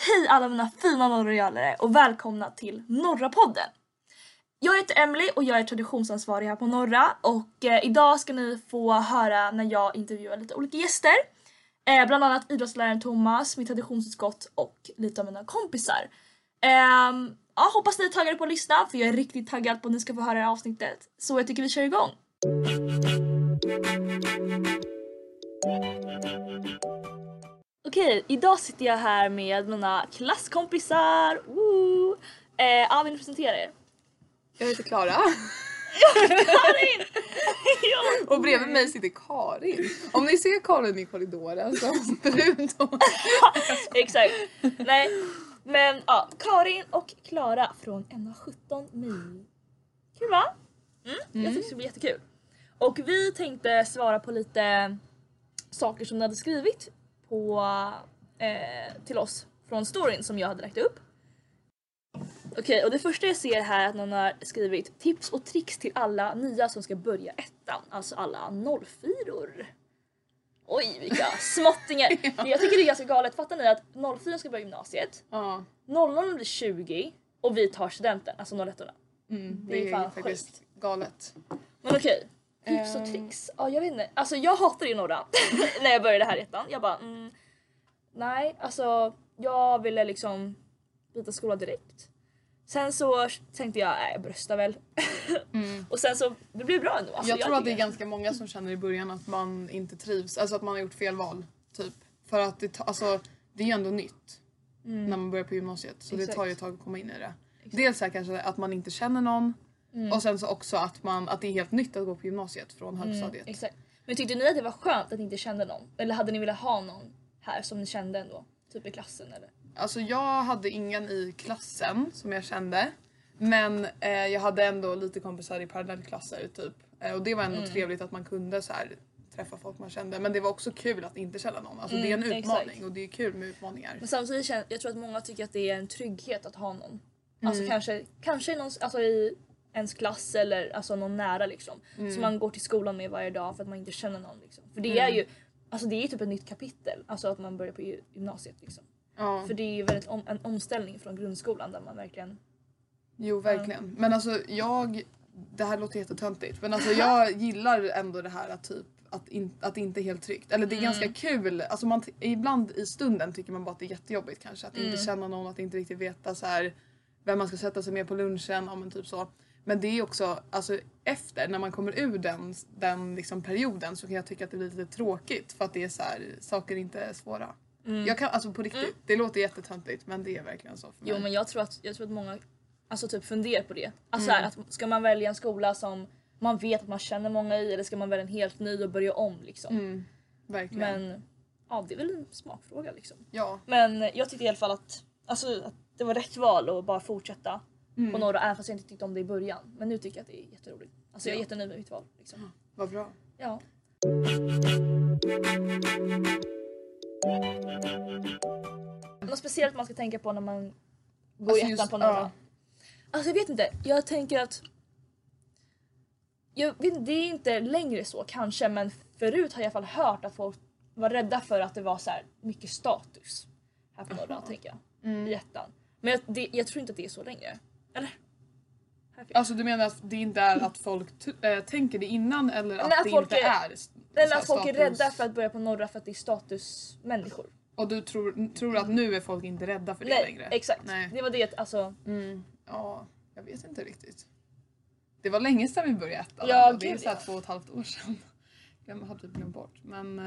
Hej alla mina fina norrgöllare och välkomna till Norra-podden. Jag heter Emily och jag är traditionsansvarig här på Norra och idag ska ni få höra när jag intervjuar lite olika gäster. Bland annat idrottsläraren Thomas, mitt traditionsutskott och lite av mina kompisar. Hoppas ni är taggade på att lyssna för jag är riktigt taggad på att ni ska få höra det här avsnittet. Så jag tycker vi kör igång. Okej, idag sitter jag här med mina klasskompisar. Vill ni presentera er? Jag heter Klara. Karin! Och bredvid mig sitter Karin. Om ni ser Karin i korridoren så förutom. Exakt. Nej, men Karin och Klara från NA17 mil. Kul va? Jag tycker det ska bli jättekul. Och vi tänkte svara på lite saker som ni hade skrivit på, till oss från storyn som jag hade lagt upp. Okej, och det första jag ser här är att någon har skrivit tips och tricks till alla nya som ska börja ettan. Alltså alla 04-or. Oj, vilka småttingar. Jag tycker det är ganska galet. Fattar ni att 04 ska börja gymnasiet? 00 blir 20 och vi tar studenten, alltså 01-orna. Det är fan faktiskt sjukt. Galet. Men okej, tips och tricks. Jag vet inte. Alltså jag hatade ju Norra när jag började här i ettan. Jag bara, nej, alltså jag ville liksom byta skola direkt. Sen så tänkte jag brösta väl. Och sen så det blev bra ändå. Alltså, jag tror att det är ganska många som känner i början att man inte trivs. Alltså att man har gjort fel val. Typ. För att det är ju ändå nytt. När man börjar på gymnasiet. Så det tar ju ett tag att komma in i det. Exakt. Dels här kanske att man inte känner någon. Och sen så också att det är helt nytt att gå på gymnasiet från högstadiet. Exakt. Men tyckte ni att det var skönt att ni inte kände någon? Eller hade ni velat ha någon här som ni kände ändå? Typ i klassen eller? Alltså jag hade ingen i klassen som jag kände. Men jag hade ändå lite kompisar i parallellklasser typ. Och det var ändå trevligt att man kunde så här träffa folk man kände. Men det var också kul att inte känna någon. Alltså det är en utmaning exakt. Och det är kul med utmaningar. Men samtidigt jag tror att många tycker att det är en trygghet att ha någon. Alltså kanske någon, alltså i ens klass eller alltså någon nära liksom. Som man går till skolan med varje dag för att man inte känner någon liksom. För det är ju alltså det är typ ett nytt kapitel. Alltså att man börjar på gymnasiet liksom. Ja. För det är ju väldigt en omställning från grundskolan där man verkligen... Jo, verkligen. Men alltså det här låter jättetöntigt. Men alltså jag gillar ändå det här att typ att det inte är helt tryggt. Eller det är ganska kul. Alltså ibland i stunden tycker man bara att det är jättejobbigt kanske. Att inte känna någon, att inte riktigt veta så här vem man ska sätta sig med på lunchen. Men typ så. Men det är också, alltså efter när man kommer ur den liksom perioden så kan jag tycka att det blir lite tråkigt. För att det är så här, saker inte är svåra. Jag kan, alltså på riktigt, det låter jättetöntigt men det är verkligen så för mig. Jo men jag tror att många alltså typ funderar på det. Alltså här, att ska man välja en skola som man vet att man känner många i eller ska man välja en helt ny och börja om liksom. Verkligen. Men det är väl en smakfråga liksom. Ja. Men jag tycker i alla fall att det var rätt val att bara fortsätta på Norra även fast jag inte tyckte om det i början. Men nu tycker jag att det är jätteroligt. Alltså jag är jättenöjd med mitt val liksom. Vad bra. Ja. Något speciellt man ska tänka på när man går i ettan på Norra. Alltså jag vet inte. Jag tänker att det är inte längre så kanske, men förut har jag i alla fall hört att folk var rädda för att det var så här mycket status här på Norra tänker jag. I ettan. Men jag tror inte att det är så längre. Eller? Alltså du menar att det inte är att folk tänker det innan eller att det inte är eller att folk är rädda för att börja på Norra för att det är statusmänniskor. Och du tror att nu är folk inte rädda för det längre? Exakt. Nej, exakt. Det var det alltså. Ja, jag vet inte riktigt. Det var länge sedan vi började ettan. Ja, det är så här 2,5 år sedan. Jag har typ glömt bort. Men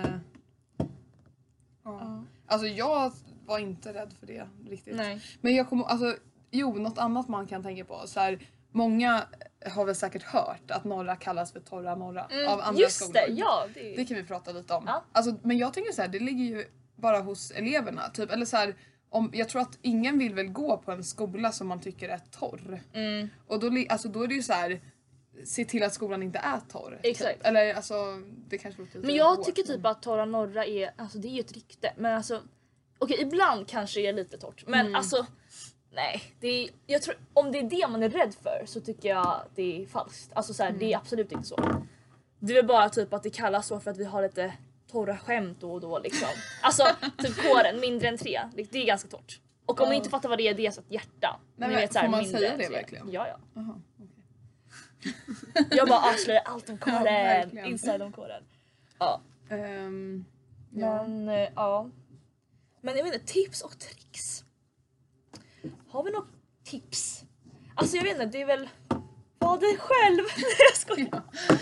alltså jag var inte rädd för det riktigt. Nej. Men jag kommer något annat man kan tänka på så här, många har väl säkert hört att Norra kallas för Torra Norra av andra just skolor. Det, ja. Det kan vi prata lite om. Ja. Alltså, men jag tänker så här, det ligger ju bara hos eleverna typ, eller så här, jag tror att ingen vill väl gå på en skola som man tycker är torr. Och då är det ju så här, se till att skolan inte är torr. Exakt. Typ. Eller alltså det kanske låter lite men jag hårt, tycker typ att Torra Norra är alltså det är ju ett rykte, men alltså okej, ibland kanske det är lite torrt, men alltså nej, jag tror om det är det man är rädd för så tycker jag det är falskt. Alltså så här, det är absolut inte så. Det är väl bara typ att det kallas så för att vi har lite torra skämt då och då liksom. Alltså typ kåren mindre än 3. Det är ganska torrt. Och om ni inte fattar vad det är så ett hjärta. Nej, ni men, vet, så här, får man mindre säga det än tre. verkligen? Ja. Aha, Jag bara avslöjar allt om kåren. verkligen. Inside om kåren. Ja. Ja. Men ja. Men jag vet inte, tips och tricks. Har vi något tips? Alltså jag vet inte, det är väl... Var dig själv. Jag skojar.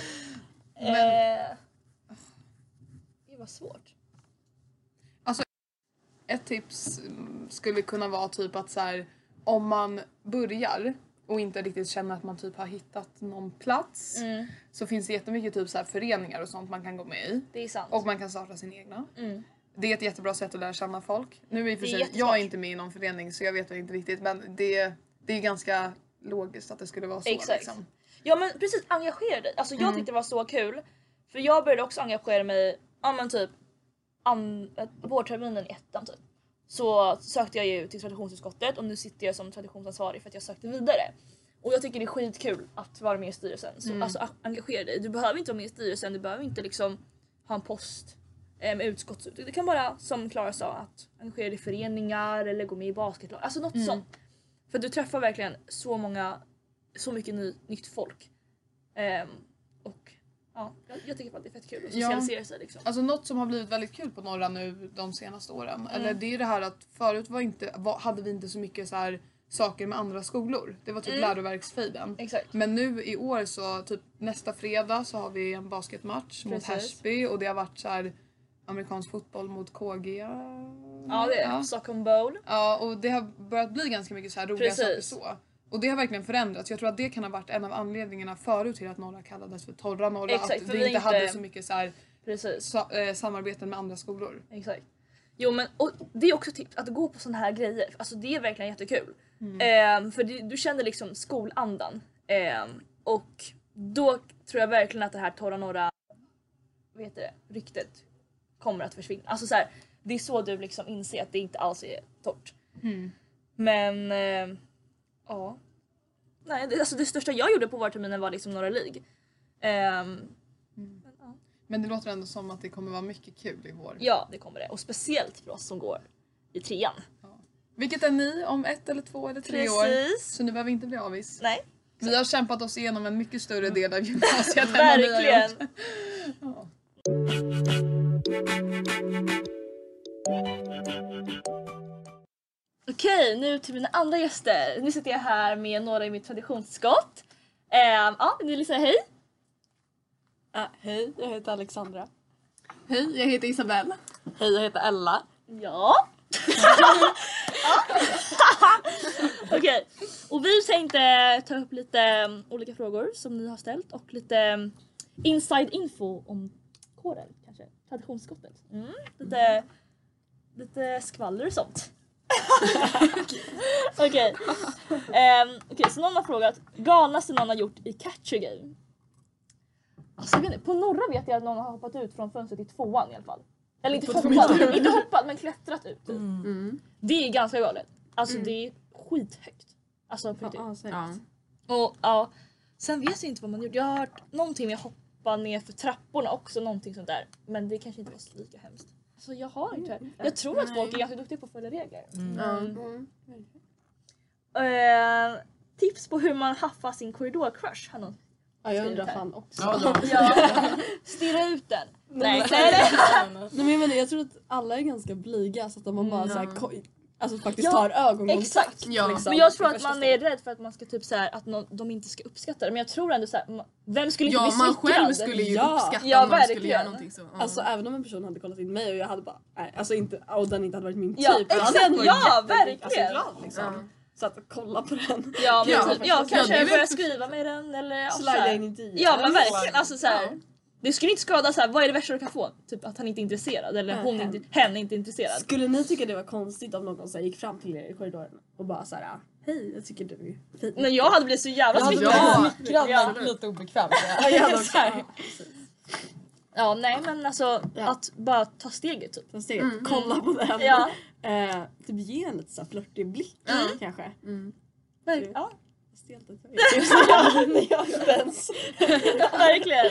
Det var svårt. Alltså ett tips skulle kunna vara typ att så här, om man börjar och inte riktigt känner att man typ har hittat någon plats, så finns det jättemycket typ så här föreningar och sånt man kan gå med i. Det är sant. Och man kan starta sin egna. Det är ett jättebra sätt att lära känna folk. Nu är för sig, jättesmart. jag är inte med i någon förening så jag vet väl inte riktigt, men det är ganska logiskt att det skulle vara så. Exakt. Liksom. Ja men precis, engagera dig. Alltså jag tyckte det var så kul. För jag började också engagera mig, ja men typ vårterminen i ettan typ. Så sökte jag ju till traditionsutskottet och nu sitter jag som traditionsansvarig för att jag sökte vidare. Och jag tycker det är skitkul att vara med i styrelsen. Så alltså engagera dig. Du behöver inte vara med i styrelsen, du behöver inte liksom ha en post med utskottsutskottet. Det kan bara, som Klara sa, att engagera dig i föreningar eller gå med i basketlag. Alltså något sånt. För du träffar verkligen så mycket nytt folk. Och ja, jag tycker att det är fett kul att socialisera sig liksom. Alltså något som har blivit väldigt kul på Norra nu de senaste åren. Eller det är det här att förut hade vi inte så mycket så här saker med andra skolor. Det var typ läroverksfejden. Exakt. Men nu i år så typ nästa fredag så har vi en basketmatch mot Härsby. Och det har varit så här amerikansk fotboll mot KG. Ja det är Stockholm Bowl. Ja, och det har börjat bli ganska mycket så här roliga saker så. Och det har verkligen förändrats. Jag tror att det kan ha varit en av anledningarna förut till att Norra kallades för Torra Norra. Exakt, att vi inte hade så mycket så här samarbeten med andra skolor. Exakt. Jo men och det är också tips att gå på såna här grejer. Alltså det är verkligen jättekul. För du känner liksom skolandan. Och då tror jag verkligen att det här Torra Norra ryktet kommer att försvinna. Alltså så här, det är så du liksom inser att det inte alls är torrt. Men ja. Nej, det största jag gjorde på vårterminen var liksom Norra League. Men det låter ändå som att det kommer vara mycket kul i vår. Ja, det kommer det. Och speciellt för oss som går i 3:an. Ja. Vilket är ni om 1 eller 2 eller 3 år. Så ni behöver inte bli avis. Nej. Vi har kämpat oss igenom en mycket större del av gymnasiet än vad verkligen. ni har gjort. Okej, nu till mina andra gäster. Nu sitter jag här med några i mitt traditionsutskott. Vill ni säga hej? Hej, jag heter Alexandra. Hej, jag heter Isabelle. Hej, jag heter Ella. Ja. Okej, och vi tänkte ta upp lite olika frågor som ni har ställt och lite inside info om kåren, kanske traditionsutskottet. Lite skvaller och sånt. Okej, så någon har frågat galnaste någon har gjort i Catcher Game. Alltså, jag vet inte, på Norra vet jag att någon har hoppat ut från fönstret i 2:an i alla fall. Eller inte hoppat men klättrat ut. Det är ganska galet. Alltså det är skithögt. Alltså på riktigt. Och sen vet jag inte vad man gjort. Jag har hört någonting med att hoppa ner för trapporna också, någonting sånt där. Men det kanske inte var så lika hemskt. Så jag har inte det. Jag tror att folk är ganska duktiga på att följa regler. Tips på hur man haffar sin korridorcrush. Ja, jag undrar fan också. Stirra ut den. Nej, men jag tror att alla är ganska blyga så att man bara så här, faktiskt tar ögonkontakt. Exakt. Liksom, men jag tror att man är rädd för att man ska typ så här, att de inte ska uppskatta det. Men jag tror ändå så här, vem skulle inte bli smickrad? Ja, man själv skulle ju uppskatta om man skulle göra någonting så. Alltså även om en person hade kollat in mig och jag hade bara alltså inte och den inte hade varit min typ. Exakt. Verkligen. Glad liksom. Så att kolla på den. Ja, men typ, kanske börja skriva med den eller slida in i DM. Ja, men verkligen alltså så här. Det skulle inte skada så här, vad är det värsta du kan få? Typ att han inte är intresserad eller hen är inte intresserad. Skulle ni tycka det var konstigt om någon så här, gick fram till er i korridoren och bara så här: "Hej, jag tycker du är fin." Men jag hade blivit så jävla smickrad. Lite obekvämt. Ja, nej men alltså att bara ta steget typ. Kolla på den. Ja. Typ ge en lite så här flörtig blick kanske. Ja. Stelt att jag inte ens. Verkligen.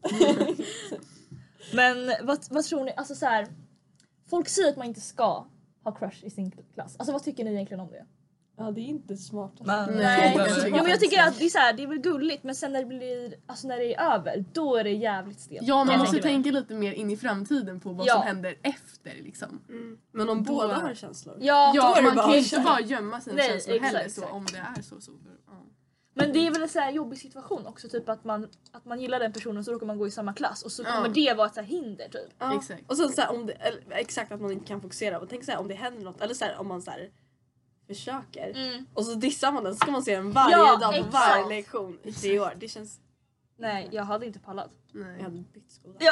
Men vad tror ni, alltså så här, folk säger att man inte ska ha crush i sin klass. Alltså vad tycker ni egentligen om det? Ja, det är inte smart. Nej. Jo, men jag tycker att det är så här, det är väl gulligt, men sen när det blir, alltså när det är över, då är det jävligt stelt. Ja, man Jag måste tycker tänka lite mer in i framtiden på vad Ja. som händer efter liksom. Men om Då- båda har känslor. Ja, Ja, är det man bara kan ju att inte köra. bara gömma sina Nej, känslor exakt, heller så exakt. om det är så. Ja. men det är väl en så här jobbig situation också, typ att man gillar den personen så råkar man gå i samma klass och så Ja. kommer det vara ett så här hinder typ. Ja. Exakt. Och sen så här, om det, eller, exakt att man inte kan fokusera. Och tänk så här, om det händer något, eller så här, om man så här, försöker. Och så dissar man den, så ska man se den varje Ja, dag på exakt. varje lektion i 3 år. Det känns... Nej, jag hade inte pallat. Jag Nej. hade bytt skola. Ja.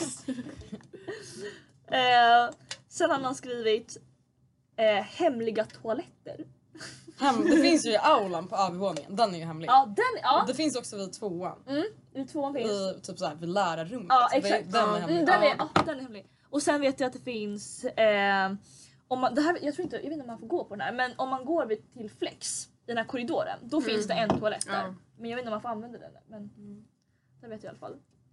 Sen har man skrivit hemliga toaletter. Det finns ju i aulan på övervåningen, den är ju hemlig. Ja, den Det finns också vid 2:an. i 2:an finns. I typ såhär vid lärarrummet. Ja, Så det- exakt. Den är hemlig. Den är hemlig. Och sen vet jag att det finns om man, det här, jag vet inte om man får gå på den här, men om man går till Flex i den här korridoren, då finns det en toalett där. Ja. Men jag vet inte om man får använda den, men det vet jag i alla fall.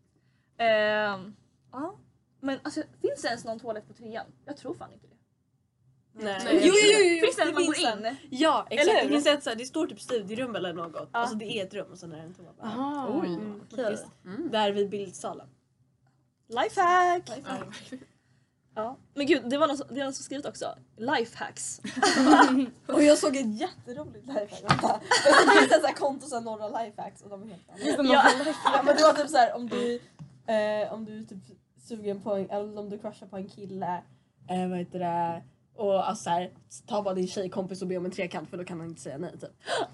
Ja. Men alltså, finns det ens någon toalett på 3:an? Jag tror fan inte det. Nej. Nej. Jo. Finns det när man går finns in? Ja, exakt. Eller hur? Det finns ett så här, det står typ studierum eller något. Alltså det är ett rum och sen är det en toa. Aha. Oj. Faktiskt. Där vid bildsalen. Lifehack! Ja. Men gud, det var någon som skrivit också. Lifehacks. Och jag såg ett jätteroligt lifehack. Det finns ett så här konto som Norra Lifehacks och de är helt andra. Ja, men det var typ så här om du är typ sugen på eller om du crushar på en kille, vad heter det? Och alltså så här, ta bara din tjejkompis och be om en trekant för då kan han inte säga nej typ.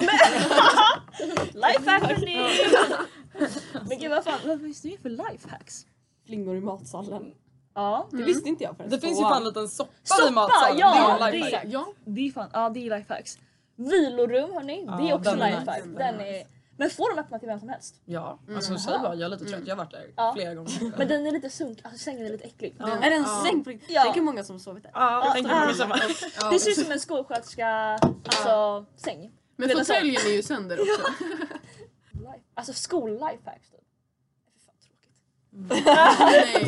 Lifehack hörni! Men gud vad fan, vad finns det för lifehacks? Flingor i matsalen. Ja. Det visste inte jag förrän. Det finns ju fan en liten soppa Soppa, i matsalen. ja, det är en det- lifehack. Ja. Det är fan, ja det är lifehacks. Vilorum hörni, det är Ja, också den är lifehack. nice. Den är, men får de öppna till vem som helst? Ja, alltså säg bara, jag är lite trött. Jag har varit där Ja. flera gånger. Men den är lite sunk, alltså sängen är lite äcklig. Är det en säng på riktigt? Ja. Tänk hur många som sovit där. Ja, tänk på midsommar. Det ser ut som en skolsköterska, alltså säng. Men Det är så. fåtöljen är ju sönder också. Alltså skol-lifehacks typ. Fy fan tråkigt. Nej.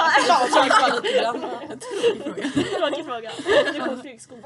Tråkig fråga. Nu kommer Fredrik skol.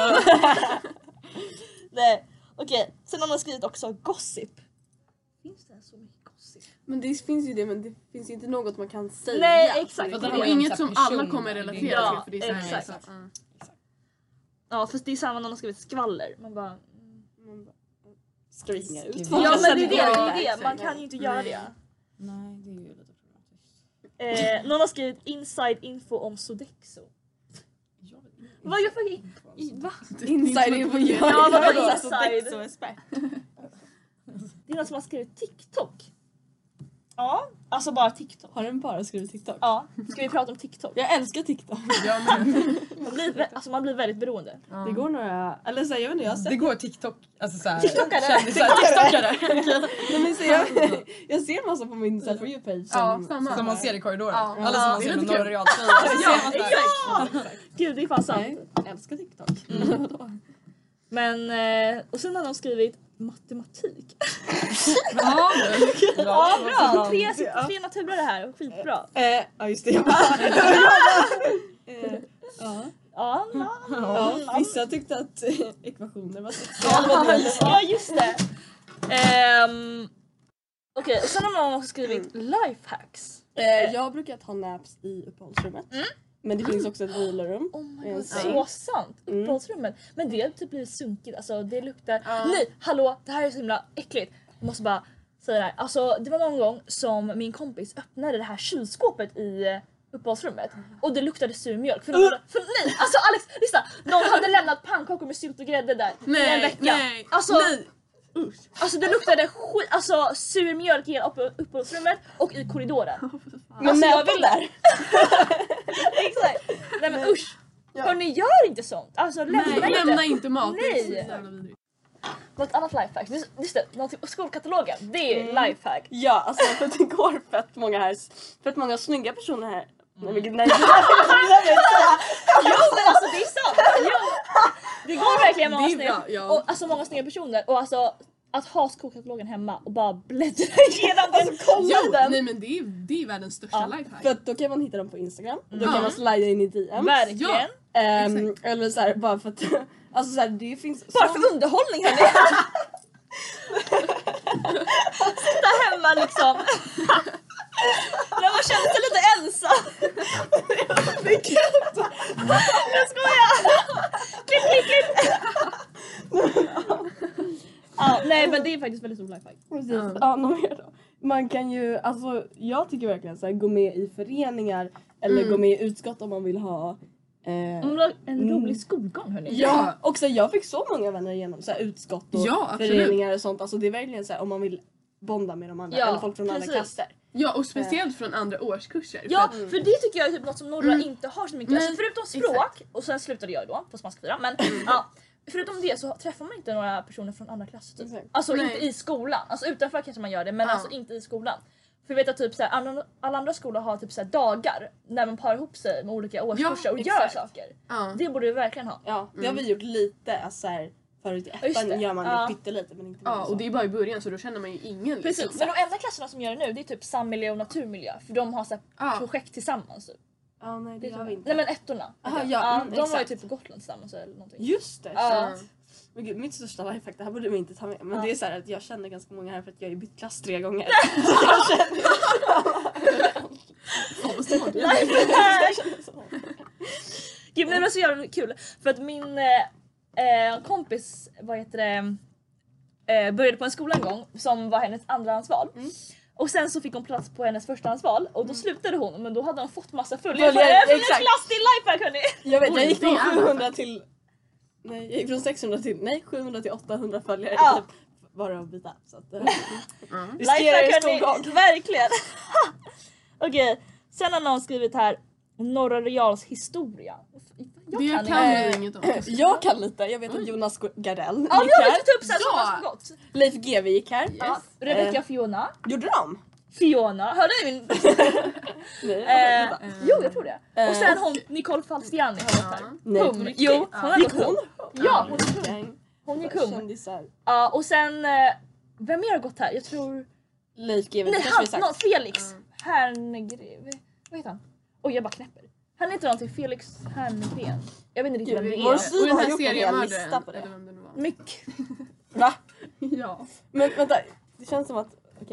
Nej, okej. Sen har man skrivit också gossip. Finns det så mycket gossip? Men det finns ju det, men det finns ju inte något man kan säga. Nej, exakt. För det Och är inget så som här alla person- kommer relatera Ja, till. För det är så här, exakt. så, Ja, fast det är samma när man har skrivit skvaller. Man bara... Ska vi hänga ut? Ja, Ja, men det är det, Ja, det är det. exakt. Man kan ju inte göra det. Nej, det är ju lite problematiskt. Någon har skrivit inside info om Sodexo. Vad gör för... Va? Inside info. Ja, vad var det? inside? Det är någon som har skrivit TikTok. Ja, alltså bara TikTok. Har den bara skrivit TikTok? Ja, ska vi prata om TikTok? Jag älskar TikTok. Man blir väldigt beroende. Det går några, eller så här, jag vet inte, jag har Det sett. går TikTok, alltså såhär TikTokare. TikTokare. Nej, men så jag ser massa på min For You-page Ja, samma. Som man ser i korridoren. Ja. Eller som man Det är ser med lite några kul. realtjejer. Ja, Gud, det är fan sant. Jag älskar TikTok. Men, och sen har de skrivit matematik. Ja, Bra, tre naturer det här, skitbra. Ja just det. Jag bara, Ja, vissa tyckte att ekvationer var sexiga. ja just det. Okej, och sen har någon också skrivit lifehacks. Jag brukar ta naps i uppehållsrummet. Men det finns också ett vilorum. Oh my god, säng. så sant. Uppehållsrummet. Men det har typ blivit sunkigt. Alltså det luktar... Nej, hallå, det här är så himla äckligt. Jag måste bara säga det här. Alltså det var någon gång som min kompis öppnade det här kylskåpet i uppehållsrummet. Och det luktade surmjölk. För nej, alltså Alex, lyssna. Någon hade lämnat pannkakor med sylt och grädde där i en vecka. Nej, Alltså, alltså det luktade alltså surmjölk i hela uppehållsrummet och i korridoren. Men Alltså, jag möbel vill- där. Exakt. Nej men usch. Hörni, gör inte sånt. Alltså lämna inte mat. Det är Nej. så jävla vidrigt. Något annat lifehack. Just det, någonting på skolkatalogen. Det är lifehack. Ja, alltså för att det går fett många snygga personer här. Nej, men, nej. Jo men alltså det är sant. Jo. Det går verkligen många Det är snygga, bra, ja. och, alltså många snygga personer. Och alltså att ha skolkatalogen hemma och bara bläddra igenom den. Kolla Jo, den. nej men det är världens största lifehack. För att då kan man hitta dem på Instagram. Då kan man slida in i DM. Verkligen. Ja. Eller så här, bara för att alltså så här, det finns Bara för underhållning hörni. Sitta hemma liksom. När man känner sig lite ensam. Jag skojar. Klipp. Ja, nej men det är faktiskt väldigt stor lifehack. Precis. Ja, något mer då. Man kan ju, alltså jag tycker verkligen så här, gå med i föreningar eller gå med i utskott om man vill ha En rolig skolgång hörni. Ja, också jag fick så många vänner genom så här, utskott och föreningar och sånt. Alltså det är verkligen så här, om man vill bonda med de andra eller folk från andra klasser. Ja, och speciellt från andra årskurser. Ja, för det tycker jag är typ något som Norra inte har så mycket. Alltså, förutom språk, och sen slutade jag då på spanska 4. Men ja, förutom det så träffar man inte några personer från andra klasser typ. Alltså inte i skolan. Alltså utanför kanske man gör det, men alltså inte i skolan. För jag vet att typ så här, alla andra skolor har typ så här dagar när man parar ihop sig med olika årskurser och gör saker. Det borde vi verkligen ha. Ja, det har vi gjort lite. Alltså här, förut i ettan gör man det pyttelite men inte mer. Ja, och det är bara i början så då känner man ju ingen. Precis, liksom. men de enda klasserna som gör det nu det är typ sammiljö och naturmiljö. För de har så här projekt tillsammans typ. Ja, nej det har vi inte. Nej men ettorna. De var ju typ på Gotland tillsammans eller någonting. Just det, men gud, mitt största lifehack, det här borde vi inte ta med. Men det är så här att jag känner ganska många här för att jag är bytt klass 3 gånger. Gud, men det var så jävla kul. För att min kompis, började på en skola en gång som var hennes andrahandsval. Och sen så fick hon plats på hennes förstahandsval och då slutade hon, men då hade hon fått massa följare från en klass till lifehack hörni. Jag vet, jag gick från 700 till... Nej, jag gick från 600 till 700 till 800 följare typ bara att byta. Så att lifehack hörni, verkligen. Okej, sen har någon skrivit här Norra Reals historia. Jag kan inget om det. Jag kan lite, jag vet att Jonas Gardell Ja, gick vi har här. lite upp så här som gått. Leif GW gick här. Ja, Rebecca Fiona. Gjorde de? Fiona, hörde ni min? Jo, jag tror det. Och sen hon Nicole Falciani har gått här. Nej. Jo, hon har gått hum. Ja, hon gick hum. Kändisar. Ja, och sen vem mer har gått här? Jag tror Leif GW. nej, Felix Herngren. Vad heter han? Oj, jag bara knäpper. Han heter någonting Felix Herngren. Jag vet inte riktigt vem det Vår är. syr har gjort en hel lista seriemördaren, på det. eller vem det nu var. Mycket. Va? Ja. Men vänta, det känns som att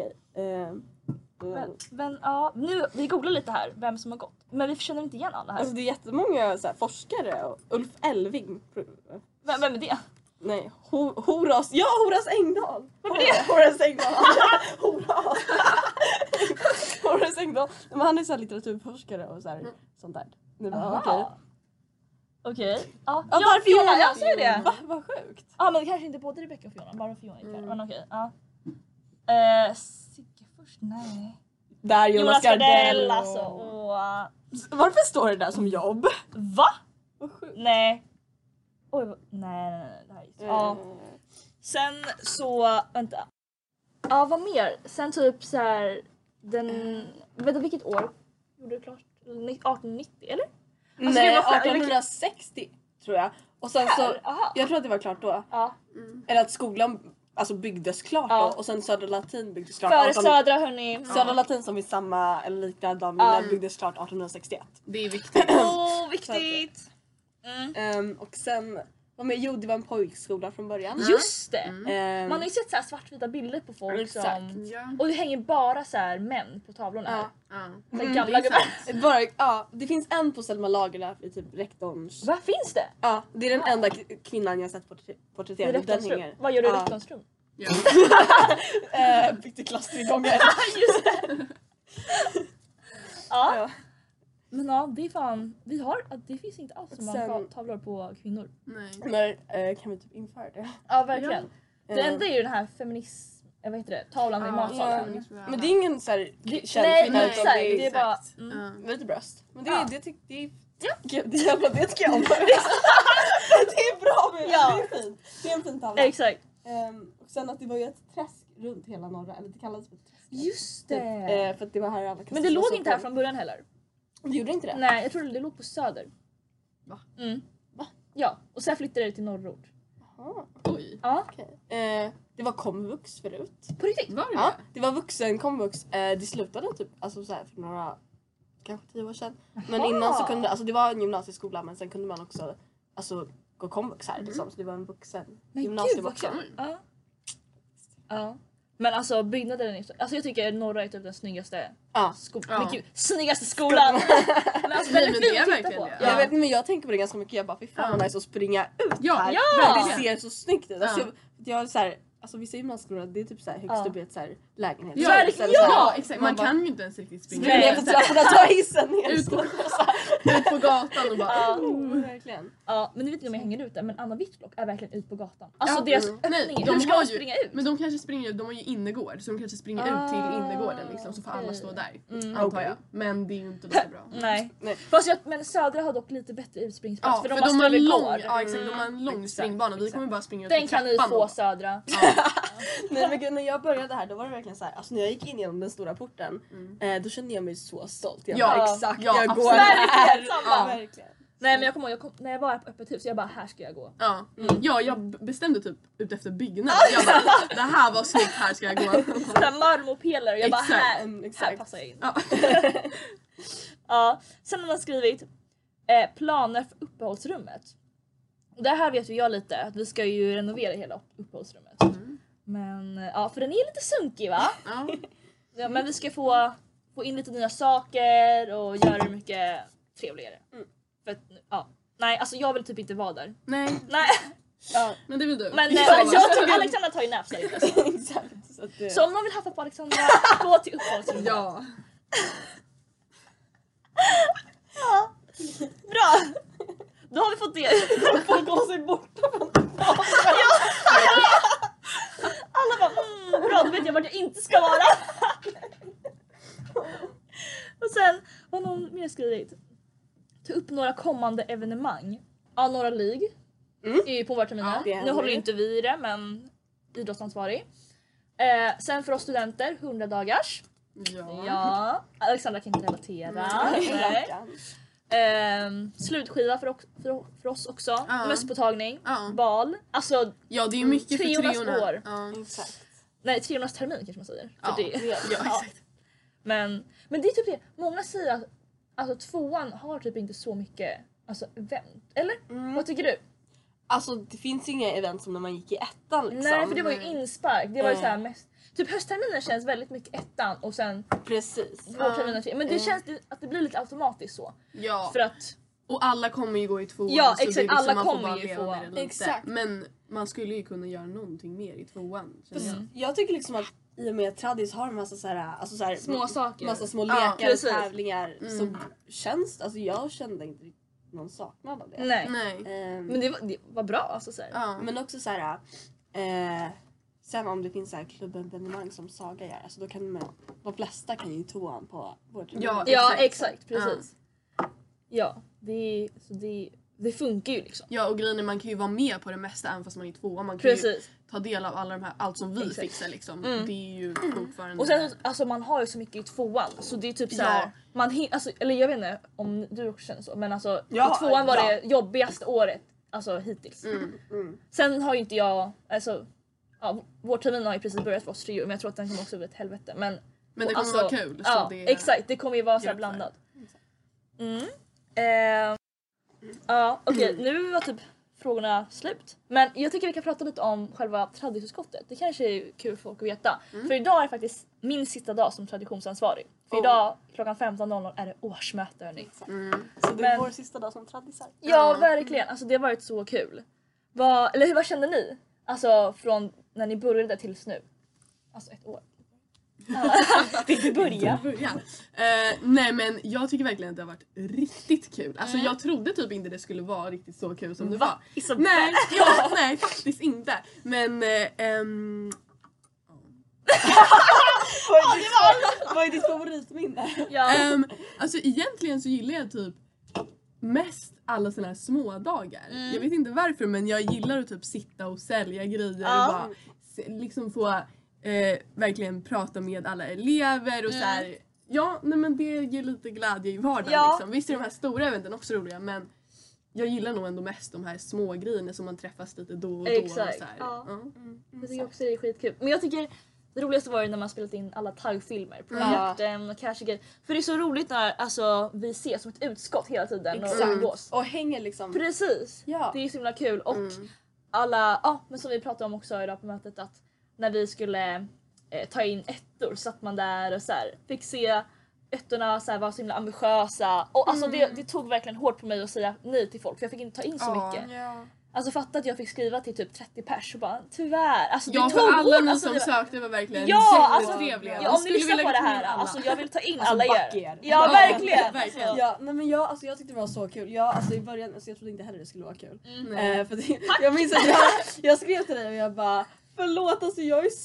Men ja, nu vi googlar lite här vem som har gått. Men vi känner inte igen alla här. alltså det är jättemånga så här, forskare och Ulf Elving. Vem är det? Nej, Horace Engdahl. Vem är det? Horace Engdahl. Horace Engdahl. Men han är så här litteraturforskare och så här, sånt där. Nu bara, okej. Okej. Ja, där Fiona, jag säger det. Va? Vad sjukt. Ja, men kanske inte både Rebecca och Fiona, bara Fiona gick här. Men okej, ja. Sigge först? Nej. Där Jonas Gardell. Alltså. Varför står det där som jobb? Va? Vad sjukt. Nej. Oj, nej, det här är ja. Sen så, vänta. Ja, vad mer? Sen typ så här vet du vilket år gjorde du klart? 1890 eller? Alltså, Nej, det var 1860 tror jag. Och sen så, jag tror att det var klart då. Ja. Eller att skolan alltså byggdes klart då. Och sen Södra Latin byggdes klart. Före Södra hörni. Södra Latin som i samma eller liknande byggdes klart 1861. Det är viktigt. Viktigt. Och sen, det var en pojkskola från början. Just det. Man har ju sett så här svartvita bilder på folk Exakt. som... Och det hänger bara så här män på tavlorna här. Ja. Så här gamla gubbar. Det finns en på Selma Lagerlöf i typ rektorns. Vad finns det? Ja, det är den enda kvinnan jag sett porträtterad. I rektons rum. Vad gör du i rektons rum? Ja. Byggde klass 3 gånger. Just det. Ja. Ja. Men ja, det är fan... Det finns inte alls så många Sen- tavlor på kvinnor. Nej. När kan vi typ införa det? Ja, verkligen. Det enda är ju den här vad heter det? Tavlan i matsalen. Men det är ingen så här känd Nej, kvinna, utan exakt. det Det är är bara... lite bröst. Men det Ja. är det tycker jag om. Det är bra med Ja. det är fint. Det är en fin tavla. Exakt. Och sen att det var ju ett träsk runt hela norra, eller det kallades för ett träsk. Just Typ, det. för att det var här alla Men det låg inte här från början heller. Det gjorde inte det? Nej, jag tror det låg på söder. Va? Va? Ja, och sen flyttade det till norrort. Jaha, Oj. Ja, okej. Det var komvux förut. på riktigt. Var det Ja, det var vuxen komvux. Det slutade typ alltså så här för några kanske 10 år sedan. Men innan så kunde, alltså det var en gymnasieskola men sen kunde man också alltså gå komvux här liksom. Så det var en vuxen gymnasievuxen. Ja. Men alltså byggnaden är alltså jag tycker norra är typ den snyggaste skolan. Men gud, snyggaste skolan! Men alltså den är fin att titta på. Jag vet, men jag tänker på det ganska mycket. Jag bara, fy fan vad nice att springa ut här. Det ser så snyggt ut. Alltså, jag så här, alltså vissa gymnasieskolor det är typ så här högst upp i ett så här lägenhet. Ja, exakt. Man kan ju inte ens riktigt springa ner på trapporna, ta hissen ner. Ut på gatan och bara verkligen. Ja, men nu vet inte om jag hänger ut där, men Anna Vittblock är verkligen ut på gatan. Alltså deras öppningar, hur ska de springa ut? Men de kanske springer ut, de har ju innergård så de kanske springer ut till innergården liksom, så får alla stå där. Antar jag. Men det är ju inte lika bra. Nej. Fast men Södra har dock lite bättre utspringningsplats. Ja, för de har en lång, de har en lång springbana. Vi kommer bara springa ut den kan ni få Södra. Nej men när jag började här då var det verkligen så här, alltså när jag gick in genom den stora porten då kände jag mig så stolt. Jag bara, exakt, jag går här. Verkligen. Nej men jag kommer ihåg, när jag var här på öppet hus, jag bara här ska jag gå. Ja, jag bestämde typ ut efter byggnad. Jag bara, det här var snyggt, här ska jag gå. Sådär marmorpelare, jag bara här passar jag in. Ja. Sen har man skrivit planer för uppehållsrummet. Och det här vet ju jag lite, att vi ska ju renovera hela uppehållsrummet. Men ja, för den är lite sunkig va? Ja, men vi ska få in lite nya saker och göra det mycket trevligare. För att, nej, alltså jag vill typ inte vara där. Nej. Ja. Men det vill du. Men Alexandra tar ju naps där ute. Exakt. Så om någon vill haffa på Alexandra, gå till uppehållsrummet. Ja. Bra! Då har vi fått det. Folk håller sig borta från alla bara, bra, då vet jag vart jag inte ska vara. Och sen har någon mer skrivit. Ta upp några kommande evenemang. Ja, några League. Är ju på vårterminen. Nu håller inte vi i det, men idrottsansvarig. Sen för oss studenter, 100 dagars. Ja. Alexandra kan inte relatera. Slutskiva för oss också. Mösspåtagning. Bal. Alltså ja, det är mycket för treorna. År. Exakt. Nej, treornas termin kanske man säger. Exakt. Men det är typ det. Många säger att alltså, tvåan har typ inte så mycket event. Eller? Vad tycker du? Alltså det finns inga event som när man gick i ettan liksom. Nej, för det var ju inspark. Det var ju så här mest. Typ höstterminen känns väldigt mycket ettan och sen vårterminen 3. Men det känns att det blir lite automatiskt så. Ja. För att och alla kommer ju gå i tvåan. Ja, så exakt. det är liksom, alla man kommer får ju få. Exakt. Men man skulle ju kunna göra någonting mer i tvåan. Jag tycker liksom att i och med att Tradis har en massa så här små saker. Massa små lekar och tävlingar som känns, alltså jag kände inte någon saknad av det. Nej. Men det var bra alltså så här. Men också så här sen om det finns så här klubbevenemang som Saga gör, alltså då kan man, de flesta kan ju tvåan på vårt rum. Ja, exakt, precis. Ja, det funkar ju liksom. Ja, och grejen är man kan ju vara med på det mesta även fast man är tvåan. Man kan ju ta del av alla de här, allt som vi fixar liksom. Det är ju fortfarande. Och sen alltså man har ju så mycket i tvåan så det är typ så här man alltså, eller jag vet inte om du också känner så, men alltså i tvåan var det jobbigaste året alltså hittills. Sen har ju inte jag alltså vår termin har ju precis börjat för oss 3 år, men jag tror att den kommer också bli ett helvete. Men det kommer vara kul. Så det exakt, det kommer ju vara så här blandat. Okej, nu var typ frågorna slut. Men jag tycker vi kan prata lite om själva traditionsutskottet. Det kanske är kul för folk att veta. För idag är faktiskt min sista dag som traditionsansvarig. För idag klockan 15.00 är det årsmöte hörni. Så det är vår sista dag som tradisar. Ja, verkligen. Alltså det har varit så kul. Vad kände ni? Alltså från när ni började tills nu? Alltså 1 år. Vill du börja? Nej men jag tycker verkligen att det har varit riktigt kul. Alltså jag trodde typ inte det skulle vara riktigt så kul som det var. Nej, faktiskt inte. Men vad är ditt favoritminne? alltså egentligen så gillar jag typ mest alla såna här små dagar. Jag vet inte varför, men jag gillar att typ sitta och sälja grejer och bara liksom få verkligen prata med alla elever och så här. Ja, nej men det ger lite glädje i vardagen liksom. Visst är de här stora eventen också roliga, men jag gillar nog ändå mest de här små grejerna som man träffas lite då och då. Exakt. Och så här. Jag tycker också det är skitkul. Men jag tycker Det roligaste var ju när man spelat in alla taggfilmer på jakten och Cashgate. För det är så roligt när alltså, vi ses som ett utskott hela tiden och umgås. Och hänger liksom. Precis, Ja. det är så himla kul. Och alla, men som vi pratade om också idag på mötet, att när vi skulle ta in ettor satt man där och så här, fick se ettorna så här, var så himla ambitiösa. Och alltså det tog verkligen hårt på mig att säga nej till folk för jag fick inte ta in så mycket. Ja. Alltså fatta att jag fick skriva till typ 30 pers och bara tyvärr. Alltså, Ja, det tog för alla hårt. ni Alltså, som det var... sökte var verkligen jättetrevliga. Ja, om ni Skulle lyssnar vilja på det ta in här, alla. alltså jag vill ta in Alltså, alla back er. er. Ja, verkligen. verkligen. Ja, nej men jag tyckte det var så kul. Alltså i början, alltså jag trodde inte heller det skulle vara kul. Nej. För det, jag minns att jag skrev till dig och jag bara förlåt, alltså jag är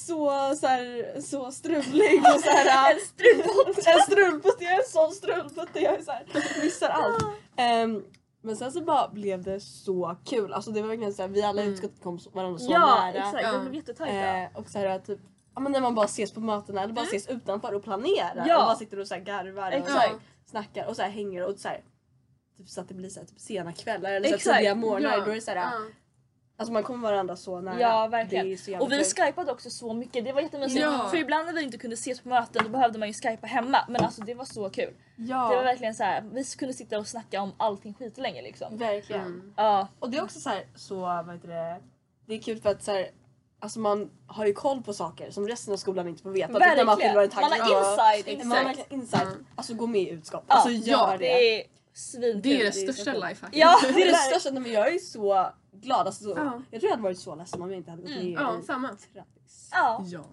så strulig och så här. En strulputt, jag är en sån strulputt. Jag är så här, missar allt. Men sen så bara blev det så kul. Alltså det var verkligen så här, vi alla i utskottet kom varandra så nära. Exakt, det blev jättetajta. Och så här typ, ja men när man bara ses på mötena eller bara ses utanför och planerar. Ja. Och bara sitter och så här garvar och så Exakt. här, snackar och så här hänger och så här. Typ så att det blir så här, typ sena kvällar eller så här, Exakt. tidiga morgnar. Ja. Då är det så här, alltså man kommer varandra så nära. Ja, verkligen. Det är så jävla Och vi kul. skypade också så mycket, det var jättemysigt. Ja. För ibland när vi inte kunde ses på möten då behövde man ju skypa hemma. Men alltså det var så kul. Ja, Det var verkligen så här, vi kunde sitta och snacka om allting skitlänge liksom. verkligen. Ja, Och det är också så här, så vad heter det är kul för att så här, alltså man har ju koll på saker som resten av skolan inte får veta. Typ när man fyller en verkligen. Man tagg. har inside. Man har verkligen inside. Alltså gå med i utskott. Ja, Alltså gör det. Det är svinkul. Det är det är så största kul. lifehacket. Ja, Det är det största, men jag är så glad. Alltså, Ja. jag tror jag hade varit så ledsen om jag inte hade gått med Ja, i samma. Travis. Ja. Ja.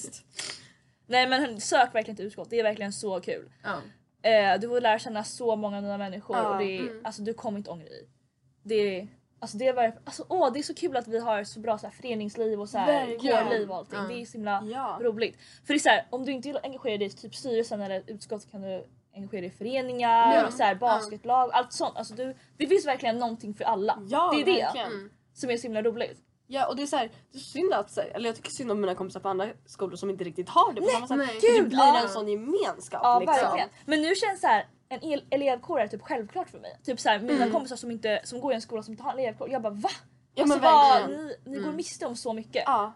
Nej men sök verkligen till utskott, det är verkligen så kul. Ja. Du får lära känna så många nya människor Ja, och det är, alltså, du kommer inte ångra dig. Det är så kul att vi har så bra så här, föreningsliv och så här, Verkligen. kårliv och allting. Ja. Det är så himla Ja. roligt. För det är så här, om du inte engagerar dig i typ styrelsen eller utskott kan du engagera dig i föreningar, Ja. så här, basketlag, allt sånt. Alltså, det finns verkligen någonting för alla. Ja, det är det verkligen. som är så himla roligt. Ja, och det är så här, det är synd att, så här, eller jag tycker synd om mina kompisar på andra skolor som inte riktigt har det på samma sätt. nej. För det Gud, blir ja. en sån gemenskap Ja, liksom. verkligen. Men nu känns så här, en elevkår är typ självklart för mig. Typ så här, mina kompisar som går i en skola som inte har en elevkår, jag bara va? Ja, Alltså, men verkligen. ni går miste om så mycket. Ja,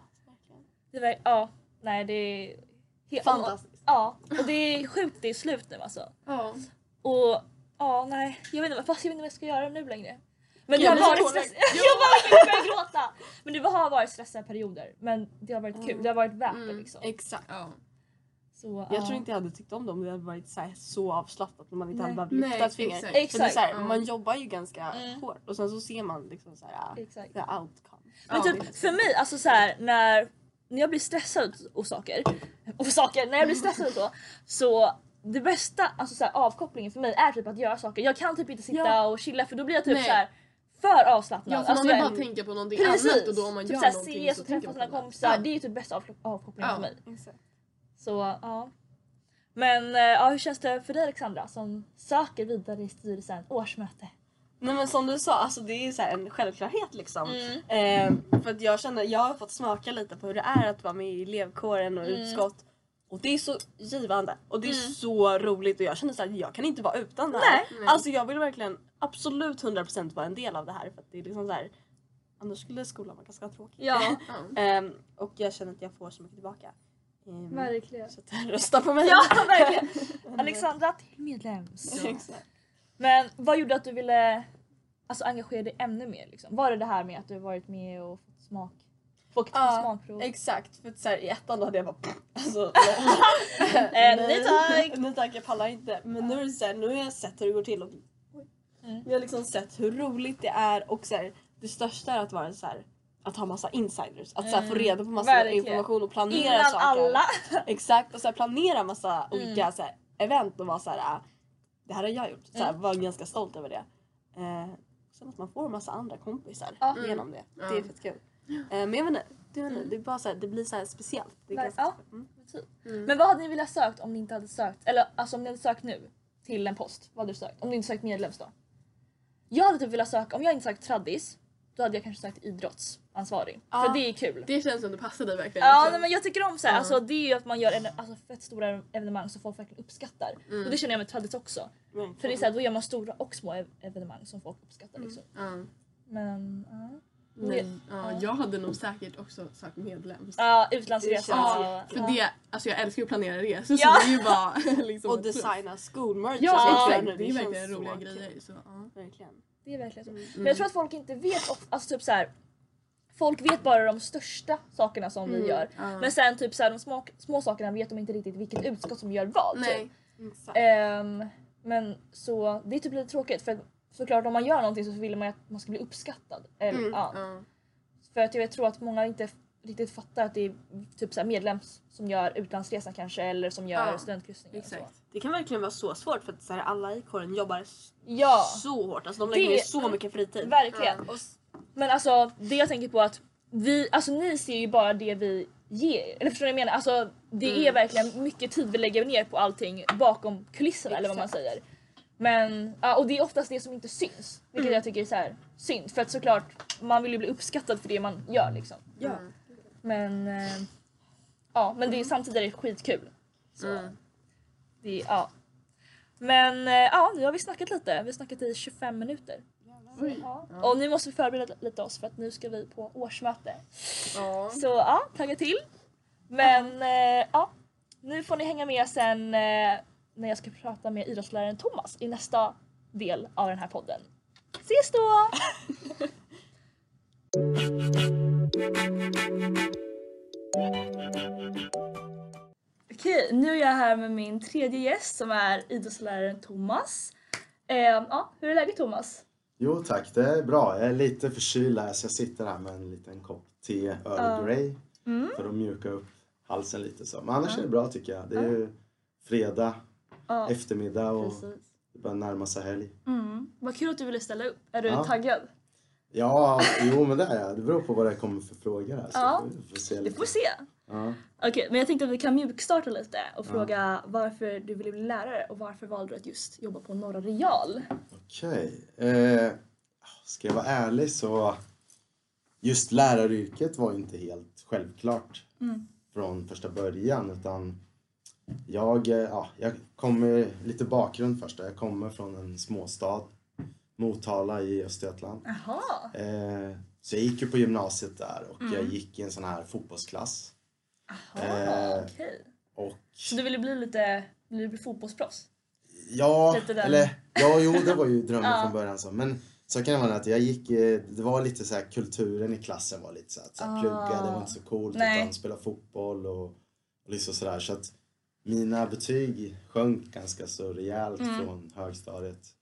Nej det är helt fantastiskt. Ja, och det är sjukt det är slut nu alltså. Ja. Och nej, jag vet inte vad jag ska göra nu längre. Men det Ja, har men varit så- stress. Jag börjar gråta. Men det har varit stressiga perioder, men det har varit kul. Det har varit värt det liksom. Exakt. Ja. Så, Jag tror inte jag hade tyckt om det om det hade varit så avslappnat när man inte Nej. hade behövt lyfta ett finger. exakt. För det är Exakt. så här, man jobbar ju ganska Mm. hårt och sen så ser man liksom så här, Exakt. the outcome. Men Ja, typ för mig, alltså så här, när jag blir stressad och saker, när jag blir stressad så det bästa alltså så här, avkopplingen för mig är typ att göra saker. Jag kan typ inte sitta och chilla för då blir jag typ Nej. så här för avslappnad. Ja, för alltså, man vill jag, bara tänka på någonting precis. annat och då om man typ gör så här, någonting ses så och tänker träffa man sina på det. kompisar. Ja. Det är ju typ bästa avkopplingen Ja. för mig. Exakt. Så ja. Men ja, hur känns det för dig Alexandra som söker vidare i styrelsen årsmöte? Nej men som du sa, alltså det är så här en självklarhet liksom. Mm. För att jag har fått smaka lite på hur det är att vara med i elevkåren och utskott. Och det är så givande och det är så roligt och jag känner så här, jag kan inte vara utan det här. Nej. Alltså jag vill verkligen absolut 100% vara en del av det här för att det är liksom så här, annars skulle skolan vara ganska tråkig. Ja, Och jag känner att jag får så mycket tillbaka. verkligen. Så att rösta på mig. Ja, verkligen. Alexandra till medlems. Exakt. Men vad gjorde att du ville alltså, engagera dig ännu mer? Liksom? Var det här med att du varit med och fått smakprov? Exakt, för att så här, i ettan då hade jag bara alltså, Nej tack! Nej tack, jag pallar inte. Men nu är det så här, nu har jag sett hur det går till och jag har liksom sett hur roligt det är och så här, det största är att vara så här, att ha massa insiders, att så här, få reda på massa Verkligen. information och planera Innan saker. alla! Exakt, och så här, planera massa olika så här, event och vara så här, det här har jag gjort. Så här, var ganska stolt över det. Sen att man får en massa andra kompisar genom det. Det är fett kul. Men jag vet inte, det är bara så här, det blir så här speciellt. Det är ganska Ja. speciellt. Men vad hade ni velat sökt om ni inte hade sökt? Eller alltså om ni hade sökt nu till en post, vad hade du sökt? Om ni inte sökt medlems då? Jag hade typ velat söka, om jag inte sökt traddis, då hade jag kanske sökt idrottsansvarig. Ja. För det är kul. Det känns som det passar dig verkligen. Ja, också. nej, men jag tycker om så här, alltså, det är ju att man gör fett stora evenemang som folk verkligen uppskattar. Och det känner jag med traddis också. För det är så här, då gör man stora och små evenemang som folk uppskattar liksom. Ja. Men Men jag hade nog säkert också sökt medlems. Ja, utlandsresa. Ja. För det, alltså jag älskar ju att planera resor Ja. så det är ju bara liksom Och designa skolmerch. Ja, så exakt. Det är känns verkligen så roliga kul. grejer. Så, ja. Verkligen. Det är verkligen så. Men jag tror att folk inte vet, alltså typ så här. Folk vet bara de största sakerna som vi gör. Men sen typ så här, de små sakerna vet de inte riktigt vilket utskott som gör vad. Nej. Typ. Exakt. Men så det är typ lite tråkigt för såklart om man gör någonting så vill man ju att man ska bli uppskattad. Eller, ja. För att jag tror att många inte riktigt fattar att det är typ så här medlems som gör utlandsresan kanske eller som gör studentkryssningar. Exakt. Det kan verkligen vara så svårt för att så här, alla i kåren jobbar så hårt. Alltså de lägger Det- ner så mycket fritid. Verkligen. Men alltså det jag tänker på att ni ser ju bara det vi ger. Eller förstår ni vad jag menar? Alltså det är verkligen mycket tid vi lägger ner på allting bakom kulisserna eller vad man säger. Men, och det är oftast det som inte syns. Vilket jag tycker är så här synd. För att såklart, man vill ju bli uppskattad för det man gör liksom. Ja. Men, men det är, samtidigt är det skitkul. Så, det, Men nu har vi snackat lite. Vi har snackat i 25 minuter. Och nu måste vi förbereda lite oss för att nu ska vi på årsmöte. Så tagga till. Men nu får ni hänga med sen när jag ska prata med idrottsläraren Thomas i nästa del av den här podden. Ses då! Okej, nu är jag här med min tredje gäst som är idrottsläraren Thomas. Hur är läget Thomas? Jo tack, det är bra. Jag är lite förkyld här så jag sitter här med en liten kopp te, Earl Grey. För att mjuka upp halsen lite så. Men annars är det bra tycker jag. Det är ju fredag, eftermiddag och det börjar närma sig helg. Vad kul att du ville ställa upp. Är du Ja. taggad? Ja, jo men det är jag. Det beror på vad det kommer för frågor här. Så vi får se Vi lite. får se. Ja. Okej, men jag tänkte att vi kan mjukstarta lite och fråga varför du ville bli lärare och varför valde du att just jobba på Norra Real? Okej. Ska jag vara ärlig så just läraryrket var inte helt självklart från första början utan jag kommer lite bakgrund först. Jag kommer från en småstad, Motala i Östergötland. Jaha. Så jag gick ju på gymnasiet där och jag gick i en sån här fotbollsklass. Okej. Och Så du ville bli fotbollsproffs? ja, Lite den. eller jo det var ju drömmen från början så. Men så kan det vara att jag gick, det var lite så här kulturen i klassen var lite så att plugga, det var inte så coolt utan spela fotboll och liksom sådär. Så att mina betyg sjönk ganska så rejält från högstadiet.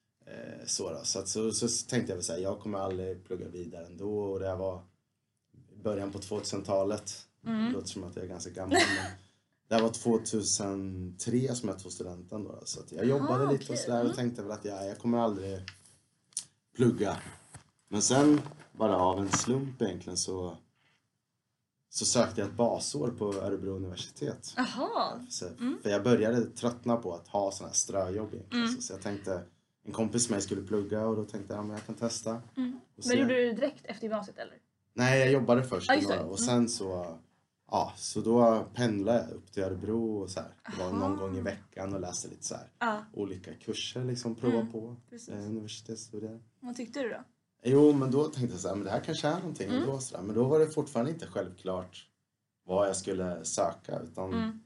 Så tänkte jag väl säga, jag kommer aldrig plugga vidare ändå och det var i början på 2000-talet. Det låter som att jag är ganska gammal men det här var 2003 som jag tog studenten då. Så att jag jobbade lite och sådär och tänkte väl att jag kommer aldrig plugga. Men sen bara av en slump egentligen så sökte jag ett basår på Örebro universitet. Jaha. För jag började tröttna på att ha sådana här ströjobb egentligen. Så jag tänkte, en kompis med mig skulle plugga och då tänkte jag, men jag kan testa. Och Men gjorde du det direkt efter gymnasiet eller? Nej, jag jobbade först just det. och sen så då pendlade jag upp till Örebro och så här. Det var någon gång i veckan och läste lite så här olika kurser liksom, prova på universitetsstudier. Vad tyckte du då? Jo, men då tänkte jag så här, men det här kanske är någonting då så där. Men då var det fortfarande inte självklart vad jag skulle söka utan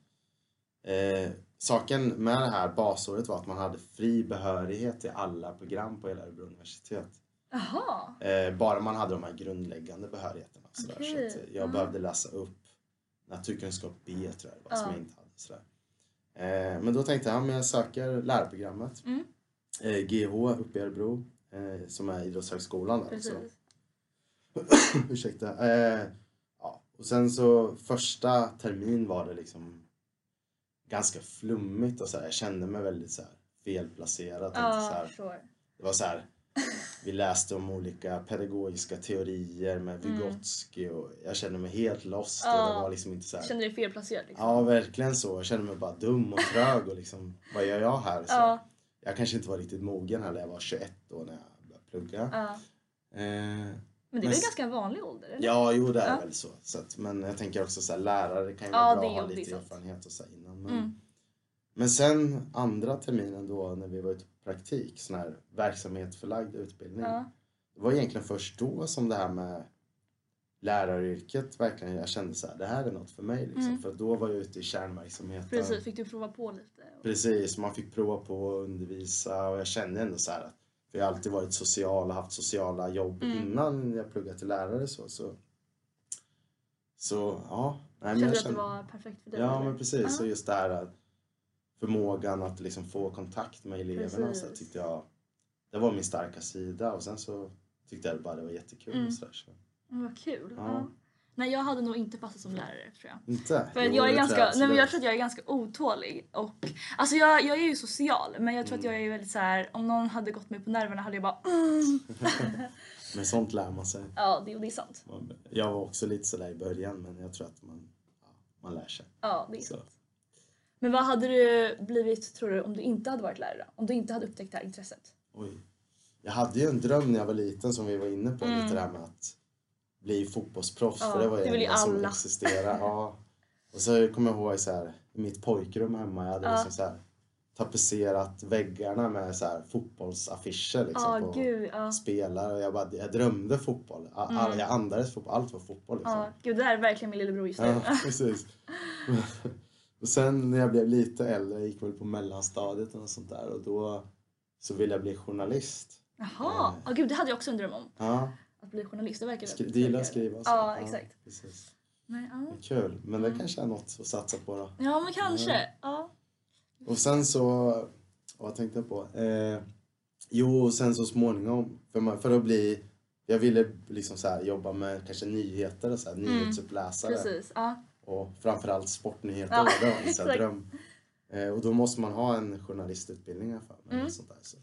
saken med det här basåret var att man hade fri behörighet till alla program på hela Örebro universitet. Jaha. Bara man hade de här grundläggande behörigheterna. Så att jag behövde läsa upp naturkunskap B tror jag det var, som jag inte hade. Sådär. Men då tänkte jag, men jag söker lärarprogrammet. GH uppe i Örebro, som är idrottshögskolan. Där, ursäkta. Och sen så första termin var det liksom ganska flummigt och så här. Jag kände mig väldigt så här felplacerad. Det var så här. Vi läste om olika pedagogiska teorier med Vygotsky och jag kände mig helt lost och det var liksom inte så här. Kände du dig felplacerad liksom? Ja, verkligen så. Jag kände mig bara dum och trög och liksom, vad gör jag här? Så jag kanske inte var riktigt mogen heller. Jag var 21 då när jag började plugga. Men det är väl ganska vanlig ålder? Eller? Ja, jo det är väl så. Att, men jag tänker också så här, lärare kan ju vara bra att ha lite erfarenhet och så innan. Men sen andra terminen då när vi var ute på praktik, sån här verksamhetsförlagd utbildning. det var egentligen först då som det här med läraryrket verkligen, jag kände så här, det här är något för mig liksom. För då var jag ute i kärnverksamheten. Precis, fick du prova på lite? Precis, man fick prova på att undervisa och jag kände ändå så här att, för jag har alltid varit social och haft sociala jobb innan jag pluggade till lärare så ja. Nej, Kände du att det var perfekt för dig? Ja, eller? men precis. Så just det här förmågan att liksom få kontakt med eleverna så tyckte jag, det var min starka sida och sen så tyckte jag bara det var jättekul och sådär. Så. Vad kul. Ja. Ja. Nej, jag hade nog inte passat som lärare tror jag. Inte? För Jo, jag är det ganska, tror jag nej men jag absolut. tror att jag är ganska otålig och alltså jag är ju social men jag tror att jag är väldigt så här, om någon hade gått mig på nerverna hade jag bara Men sånt lär man sig. Ja, det är sant. Jag var också lite sådär i början men jag tror att man lär sig. Ja, det är Så. sant. Men vad hade du blivit tror du om du inte hade varit lärare? Om du inte hade upptäckt det här intresset? Oj. Jag hade ju en dröm när jag var liten som vi var inne på lite där med att bli fotbollsproffs. Ja, för det var det ju vill ju enda som alla. existerade. Ja. Och så kommer jag ihåg så här, i mitt pojkrum hemma, jag hade liksom så här, tapetserat väggarna med så här, fotbollsaffischer liksom, på Gud, ja. spelare. Och jag drömde fotboll. Jag andades fotboll. Allt var fotboll. Liksom. Ja, gud det här är verkligen min lillebror just nu. Ja, precis. Och sen när jag blev lite äldre, jag gick väl på mellanstadiet och sånt där. Och då så ville jag bli journalist. Jaha, gud det hade jag också en dröm om. Ja. Att bli journalist, det verkar Du gillar att skriva och så. Ja, exakt. Precis. Nej, ja. Kul, men det kanske är något att satsa på då. Ja, men kanske. Ja. Och sen så, vad tänkte jag på? Sen så småningom, för att bli, jag ville liksom så här jobba med kanske nyheter och så här, nyhetsuppläsare. Precis, ja. Och framförallt sportnyheter, Ja, det var en sån här exakt. dröm. Och då måste man ha en journalistutbildning i alla fall. Och sånt där, så.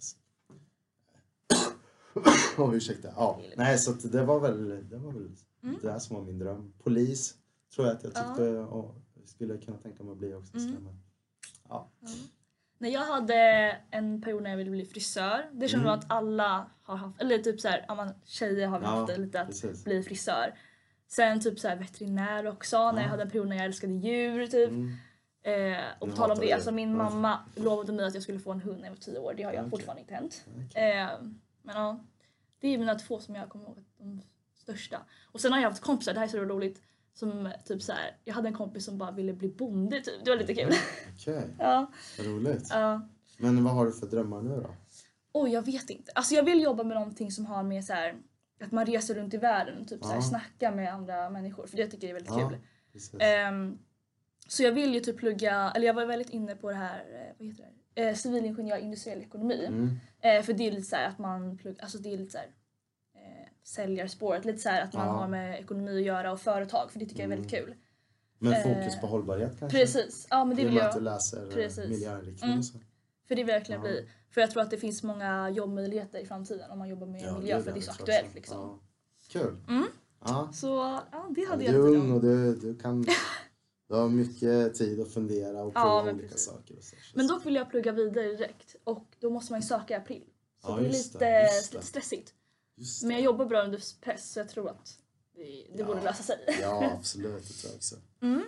Ursäkta. Ja. Nej, så att det var väl det här som var min dröm. Polis tror jag att jag tyckte jag skulle kunna tänka mig att bli också. Ja. När jag hade en period när jag ville bli frisör. Det känns som att alla har haft, eller typ såhär, tjejer har haft det lite att precis. bli frisör. Sen typ såhär veterinär också, när jag hade en period när jag älskade djur typ. Och på tal om det, alltså min mamma lovade mig att jag skulle få en hund när jag var 10 år. Det har jag fortfarande inte hänt. Men ja, det är mina 2 som jag kommer ihåg de största. Och sen har jag haft kompisar, det här är så roligt. Som typ så här, jag hade en kompis som bara ville bli bonde typ. Det var lite kul. Okej, Ja. roligt. Ja. Men vad har du för drömmar nu då? Jag vet inte. Alltså jag vill jobba med någonting som har med så här, att man reser runt i världen och typ så här, snacka med andra människor. För det tycker jag är väldigt kul. Precis. Så jag vill ju typ plugga, eller jag var väldigt inne på det här, vad heter det? Civilingenjör industriell ekonomi. För det är lite så här att man pluggar, alltså det är lite så här säljarspåret, lite så här att man har med ekonomi att göra och företag, för det tycker jag är väldigt kul. Men fokus på hållbarhet kanske? Precis, ja men det vill I och med jag. att du läser miljöinriktning och så. För det verkligen blir, för jag tror att det finns många jobbmöjligheter i framtiden om man jobbar med miljö, för det är så aktuellt liksom. Ja. Kul. Ja. Så ja, det hade Du jag är inte ung och du kan... Du har mycket tid att fundera och prova olika precis. saker. Och så. Men då vill jag plugga vidare direkt och då måste man ju söka i april. Så det är just lite det. stressigt. Just Men jag jobbar bra under press så jag tror att det borde lösa sig. Ja, absolut. Det tror jag också.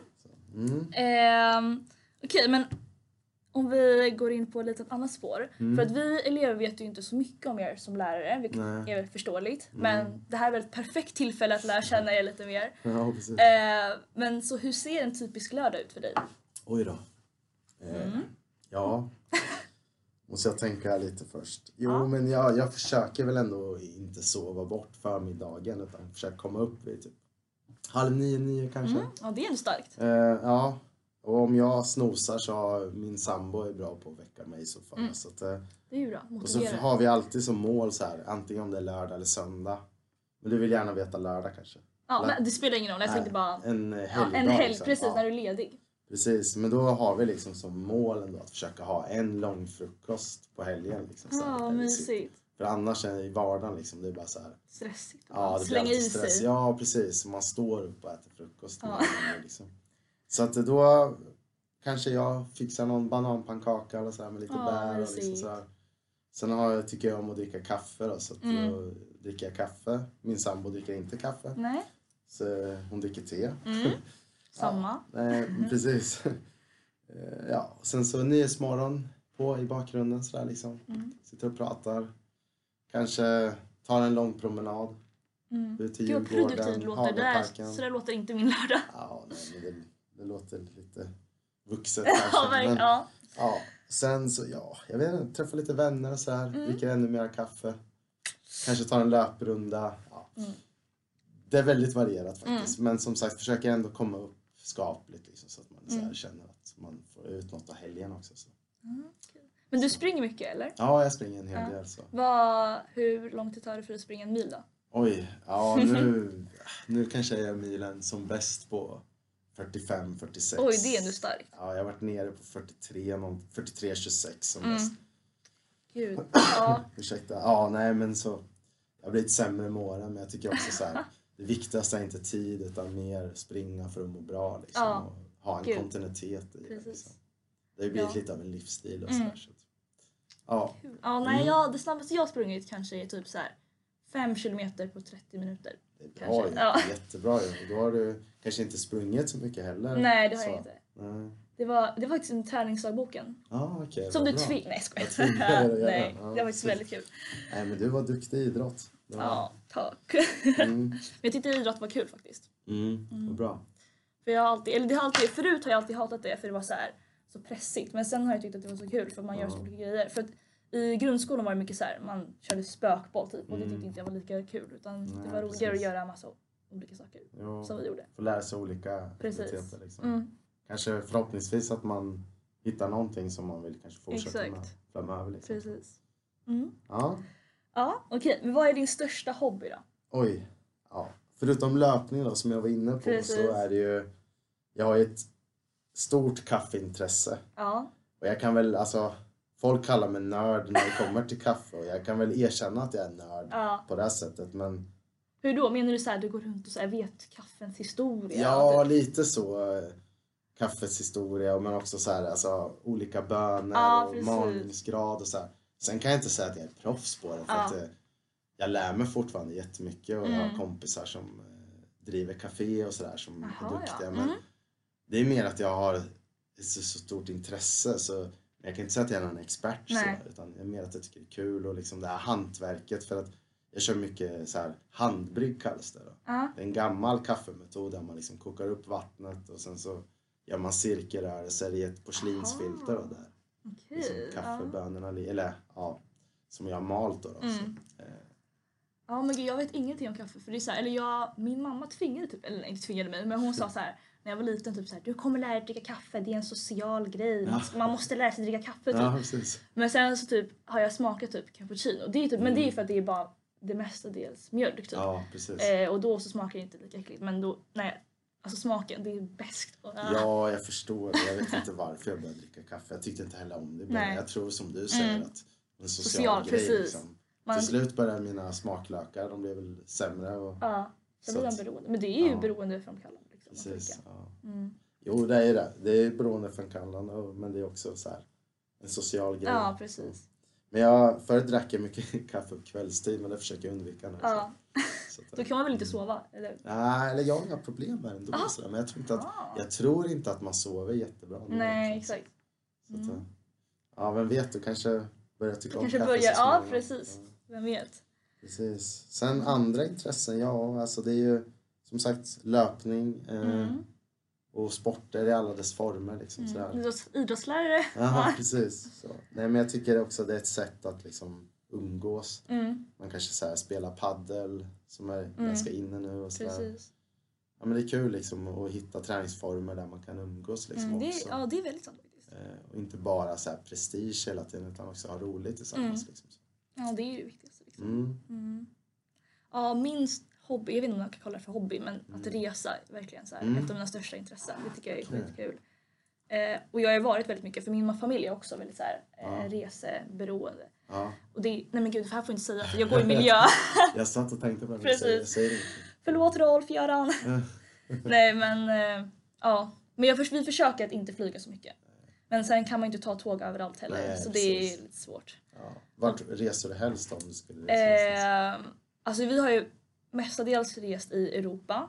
Okej, men om vi går in på lite annat spår. För att vi elever vet ju inte så mycket om er som lärare, vilket är väl förståeligt. Men det här är väl ett perfekt tillfälle att lära känna er lite mer. Ja, precis. Men så hur ser en typisk lördag ut för dig? Oj då. Ja. Måste jag tänka lite först. Jo, men jag försöker väl ändå inte sova bort förmiddagen utan försöker komma upp vid typ 8:30 kanske. Ja, det är ändå starkt. Ja. Och om jag snosar så har min sambo är bra på att väcka mig i så fall. Så att, Det är ju bra. och så Motivera. har vi alltid som mål så här, antingen om det är lördag eller söndag. Men du vill gärna veta lördag kanske? Ja, men det spelar ing roll. Jag tänkte bara... En helgdag. En helg, liksom. precis, Ja. när du är ledig. Precis, men då har vi liksom som mål ändå att försöka ha en lång frukost på helgen. Liksom, så här, Ja, där vi mysigt. sitter. För annars är det i vardagen liksom, det är bara så här. Stressigt. Ja, det blir Slänga i alltid stress. sig. Ja, precis. Man står upp och äter frukost. Liksom. Så att då kanske jag fixar någon bananpannkaka eller så här med lite bär. Och liksom så här. Sen tycker jag om att dricka kaffe då, så att då dricker jag kaffe. Min sambo dricker inte kaffe. Nej. Så hon dricker te. Samma. Precis. Ja, och sen så Nyhetsmorgon på i bakgrunden sådär liksom. Sitter och pratar. Kanske tar en lång promenad. Ut till Gud vad produktiv Djurgården, det låter. Det där, Hagaparken. så det låter inte min lördag. Ja, nej, men det låter lite vuxet kanske. Ja, verkligen. Men, Ja. ja, sen så, jag vet inte, träffa lite vänner och så här. Dricka ännu mer kaffe. Kanske ta en löprunda. Ja. Det är väldigt varierat faktiskt. Men som sagt, försöker ändå komma upp skapligt liksom, så att man så här, känner att man får ut något av helgen också. Så. Men du springer mycket eller? Ja, jag springer en hel del. Så. Hur lång tid tar det för att springa en mil då? Oj, ja nu kanske jag är milen som bäst på 45-46. Oj, det är ändå starkt. Ja, jag har varit nere på 43-26 som bäst. Gud. Ja. Ursäkta. Ja, nej men så. Jag har blivit sämre med åren, men jag tycker också så här. Det viktigaste är inte tid utan mer springa för att må bra liksom. Ja. Och ha en Gud. kontinuitet i det. Precis. Liksom. Det har ju blivit lite av en livsstil och så där. Så. Ja. Ja, nej, det snabbaste jag har sprungit kanske är typ så här 5 kilometer på 30 minuter. Det är bra Kanske. ju. Ja. Jättebra ju. Och då har du kanske inte sprungit så mycket heller. Nej, det har så. jag inte. Nej. Det var faktiskt en träningsdagboken. Ja, okej. Som du vad bra. tvingade. Nej, jag Jag skojar. tvingade dig att göra Nej, det. Ja, det var faktiskt så- väldigt kul. Nej, men du var duktig i idrott. Det var- Ja, tack. Mm. Men jag tyckte idrott var kul faktiskt. Vad bra. För jag har alltid, eller det har alltid, förut har jag alltid hatat det för det var så pressigt. Men sen har jag tyckt att det var så kul för man gör så olika grejer. För att i grundskolan var det mycket så här, man körde spökboll typ och det tyckte inte jag var lika kul. Utan det var roligare precis. att göra massa olika saker Jo, som vi gjorde. får lära sig olika Precis. aktiviteter. Liksom. Kanske förhoppningsvis att man hittar någonting som man vill kanske fortsätta med Exakt. framöver. Liksom. Precis. Ja. Ja, okej. Men vad är din största hobby då? Oj. Ja. Förutom löpning då, som jag var inne på Precis. så är det ju... Jag har ju ett stort kaffeintresse. Ja. Och jag kan väl, alltså... Folk kallar mig nörd när det kommer till kaffe. Och jag kan väl erkänna att jag är nörd Ja. på det här sättet. Men Hur då? Menar du så här, du går runt och så här, vet kaffens historia? ja, typ? lite så. Kaffets historia, men också så här, alltså, olika bönor Ja, och precis. malningsgrad och så här. Sen kan jag inte säga att jag är proffs på det för att jag lär mig fortfarande jättemycket och jag har kompisar som driver café och sådär som är Jaha, duktiga. ja. Men det är mer att jag har ett så stort intresse så jag kan inte säga att jag är någon expert så Nej. där, utan det är mer att jag tycker det är kul och liksom det här hantverket för att jag kör mycket så här handbrygg kallas det då. Ja. Det är en gammal kaffemetod där man liksom kokar upp vattnet och sen så gör man cirkelrörelser i ett porslinsfilter och där. Liksom Okej. kaffebönorna, eller ja, som jag har malt då. Så, Ja men gud, jag vet ingenting om kaffe för det är så här, eller min mamma tvingade typ, eller inte tvingade mig men hon sa så här när jag var liten typ så här, du kommer lära dig dricka kaffe, det är en social grej, man måste lära sig dricka kaffe typ. ja, precis. Men sen så typ har jag smakat typ cappuccino, det är typ, men det är för att det är bara det mestadels mjölk typ. Ja, precis. Och då så smakar det inte lika äckligt men då, nej, alltså smaken, det är bäst. Ja, jag förstår det. Jag vet inte varför jag började dricka kaffe. Jag tyckte inte heller om det. Nej. Jag tror som du säger att en social Social, grej precis. liksom. Man- Till slut började mina smaklökar, de blev väl sämre. Och, Ja, så Så blir att- man beroende. Men det är ju ja. beroendeframkallande liksom. att precis. dricka. Ja. Jo, det är det. Det är beroendeframkallande men det är också så här en social grej. Ja, precis. Men förut drack jag mycket kaffe på kvällstid men det försöker jag undvika nu. Ja. Så att, Då kan man väl inte sova? Eller? nej, eller jag har inga problem med det ändå. Så där, men jag tror inte att man sover jättebra. nu, Nej, liksom. exakt. Så att, ja, vem vet, du kanske börjar tycka om Kanske kaffe börjar, så ja småningom. precis. Ja, Vem vet? precis. Sen andra intressen, ja, alltså det är ju som sagt löpning och sporter i alla dess former. Liksom, sådär. Idrottslärare. Ja, precis. Så. Nej, men jag tycker också det är ett sätt att liksom umgås. Man kanske så här, spelar paddel som är ganska inne nu. Och så där. Precis. Ja, men det är kul liksom, att hitta träningsformer där man kan umgås liksom, Det, också. ja, det är väldigt sant faktiskt. Och inte bara så här prestige hela tiden utan också ha roligt tillsammans. Liksom. Ja, det är ju det viktigaste. Liksom. Ja, min hobby, jag vet inte om jag kan kalla det för hobby, men att resa är verkligen så här, ett av mina största intressen. Det tycker jag är skitkul. Och jag har ju varit väldigt mycket, för min familj är också väldigt så här, reseberoende. Ja. Och det, nej men gud, det här får jag inte säga, för jag går i miljö. Jag satt och tänkte på det. Precis. Säger Förlåt Rolf, Göran. Nej men, ja. Men vi försöker att inte flyga så mycket. Men sen kan man ju inte ta tåg överallt heller, Nej, så precis. det är lite svårt. Ja. Vart reser du helst om du skulle resa någonstans? Alltså vi har ju mestadels rest i Europa.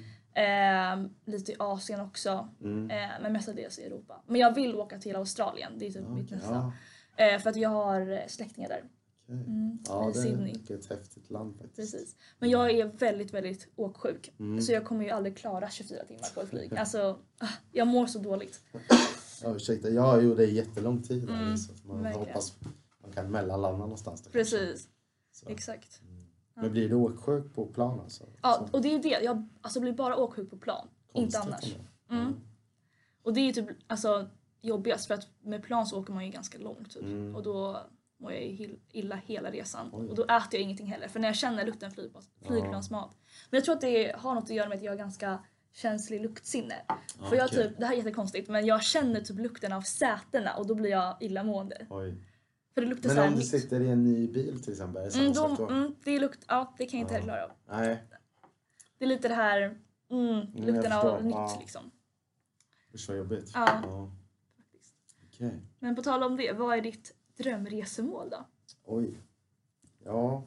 Lite i Asien också. Men mestadels i Europa. Men jag vill åka till Australien, det är typ mitt nästa. För att jag har släktingar där. Ja, det Sydney. är ett häftigt land faktiskt. Precis. Men jag är väldigt, väldigt åksjuk. Så jag kommer ju aldrig klara 24 timmar på ett flyg. Alltså, jag mår så dåligt. Ja, ursäkta. Ja, jo, det är jättelång tid. Så att man verkligen. hoppas man kan mellanlanda någonstans. Där Precis. Så. Exakt. Men blir du åksjuk på plan alltså? Ja, och det är ju det. Jag blir bara åksjuk på plan. Inte annars. Och det är ju typ alltså, jobbigast för att med plan så åker man ju ganska långt typ. Och då mår jag ju illa hela resan. Och då äter jag ingenting heller. För när jag känner lukten flygplansmat. Men jag tror att det har något att göra med att jag har ganska känslig luktsinne. För jag typ, det här är jättekonstigt, men jag känner typ lukten av sätena och då blir jag illamående. Oj. För det luktar Men så här om du nytt. sitter i en ny bil till exempel, är det samma sak då? Det är det kan jag inte heller klara av. Nej, Det är lite det här lukten av förstår. nytt liksom. det är så jobbigt. Ja. Okej. Men på tal om det, vad är ditt drömresemål då? Oj. Ja.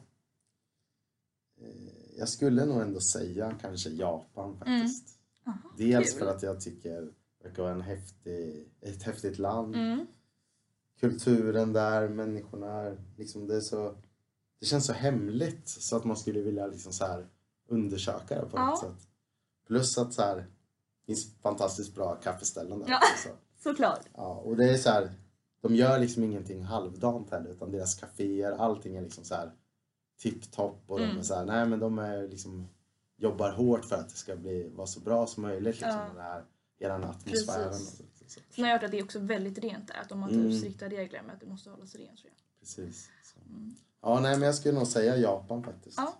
Jag skulle nog ändå säga kanske Japan faktiskt. Dels kul. för att jag tycker det verkar vara ett häftigt land. Mm. Kulturen där, människorna, liksom det känns så hemligt så att man skulle vilja liksom så här undersöka det på något sätt. Plus att så här, det finns fantastiskt bra kaffeställen där. Ja. också. Såklart. Ja, och det är så här, de gör liksom ingenting halvdant heller, utan deras kaféer, allting är liksom så här tipptopp och de är så här, nej men de är liksom jobbar hårt för att det ska vara så bra som möjligt liksom, den här hela atmosfären. Precis. Och så. Sen har jag hört att det är också väldigt rent där, att de har typ strikta regler med att det måste hållas rent tror jag. Precis. Så. Ja, nej men jag skulle nog säga Japan faktiskt. Ja.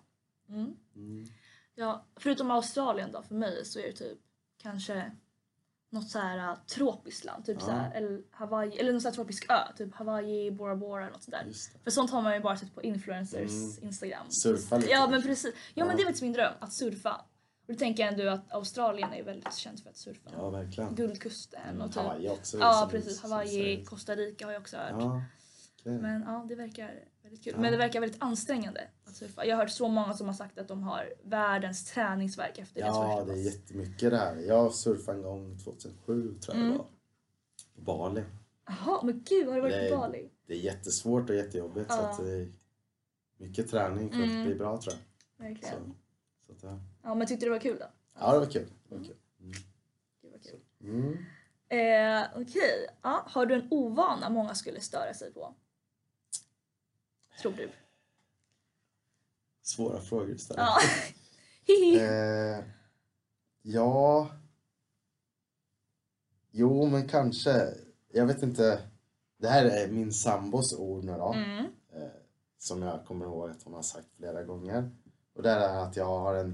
Ja, förutom Australien då för mig så är det typ kanske något så här tropiskt land, typ så här, eller Hawaii, eller någon så här tropisk ö, typ Hawaii, Bora Bora eller något sånt där. Just det. För sånt har man ju bara sett på influencers Instagram. Surfa lite. Ja men precis. Ja men det är faktiskt min dröm, att surfa. Och då tänker jag ändå att Australien är väldigt känt för att surfa. Ja, verkligen. Guldkusten och typ. Hawaii också. Ja som precis, som Hawaii, säger. Costa Rica har jag också hört. Ja, okej. Men ja, det verkar väldigt kul. Men det verkar väldigt ansträngande att surfa. Jag har hört så många som har sagt att de har världens träningsvärk efter deras Ja, första det är pass. jättemycket det här. Jag surfade en gång 2007 tror jag det var. På Bali. Jaha, men gud har du varit på Bali? Det är jättesvårt och jättejobbigt så att det är mycket träning för att bli bra tror jag. Verkligen. Så att, ja. Ja, men tyckte du det var kul då? Ja, det var kul. Det var kul. Gud vad kul. Okej. Ja, har du en ovana många skulle störa sig på? Tror du? Svåra frågor istället. Ja. Hihi. Ja. Jo, men kanske. Jag vet inte. Det här är min sambos ord nu då. Som jag kommer ihåg att hon har sagt flera gånger. Och det är att jag har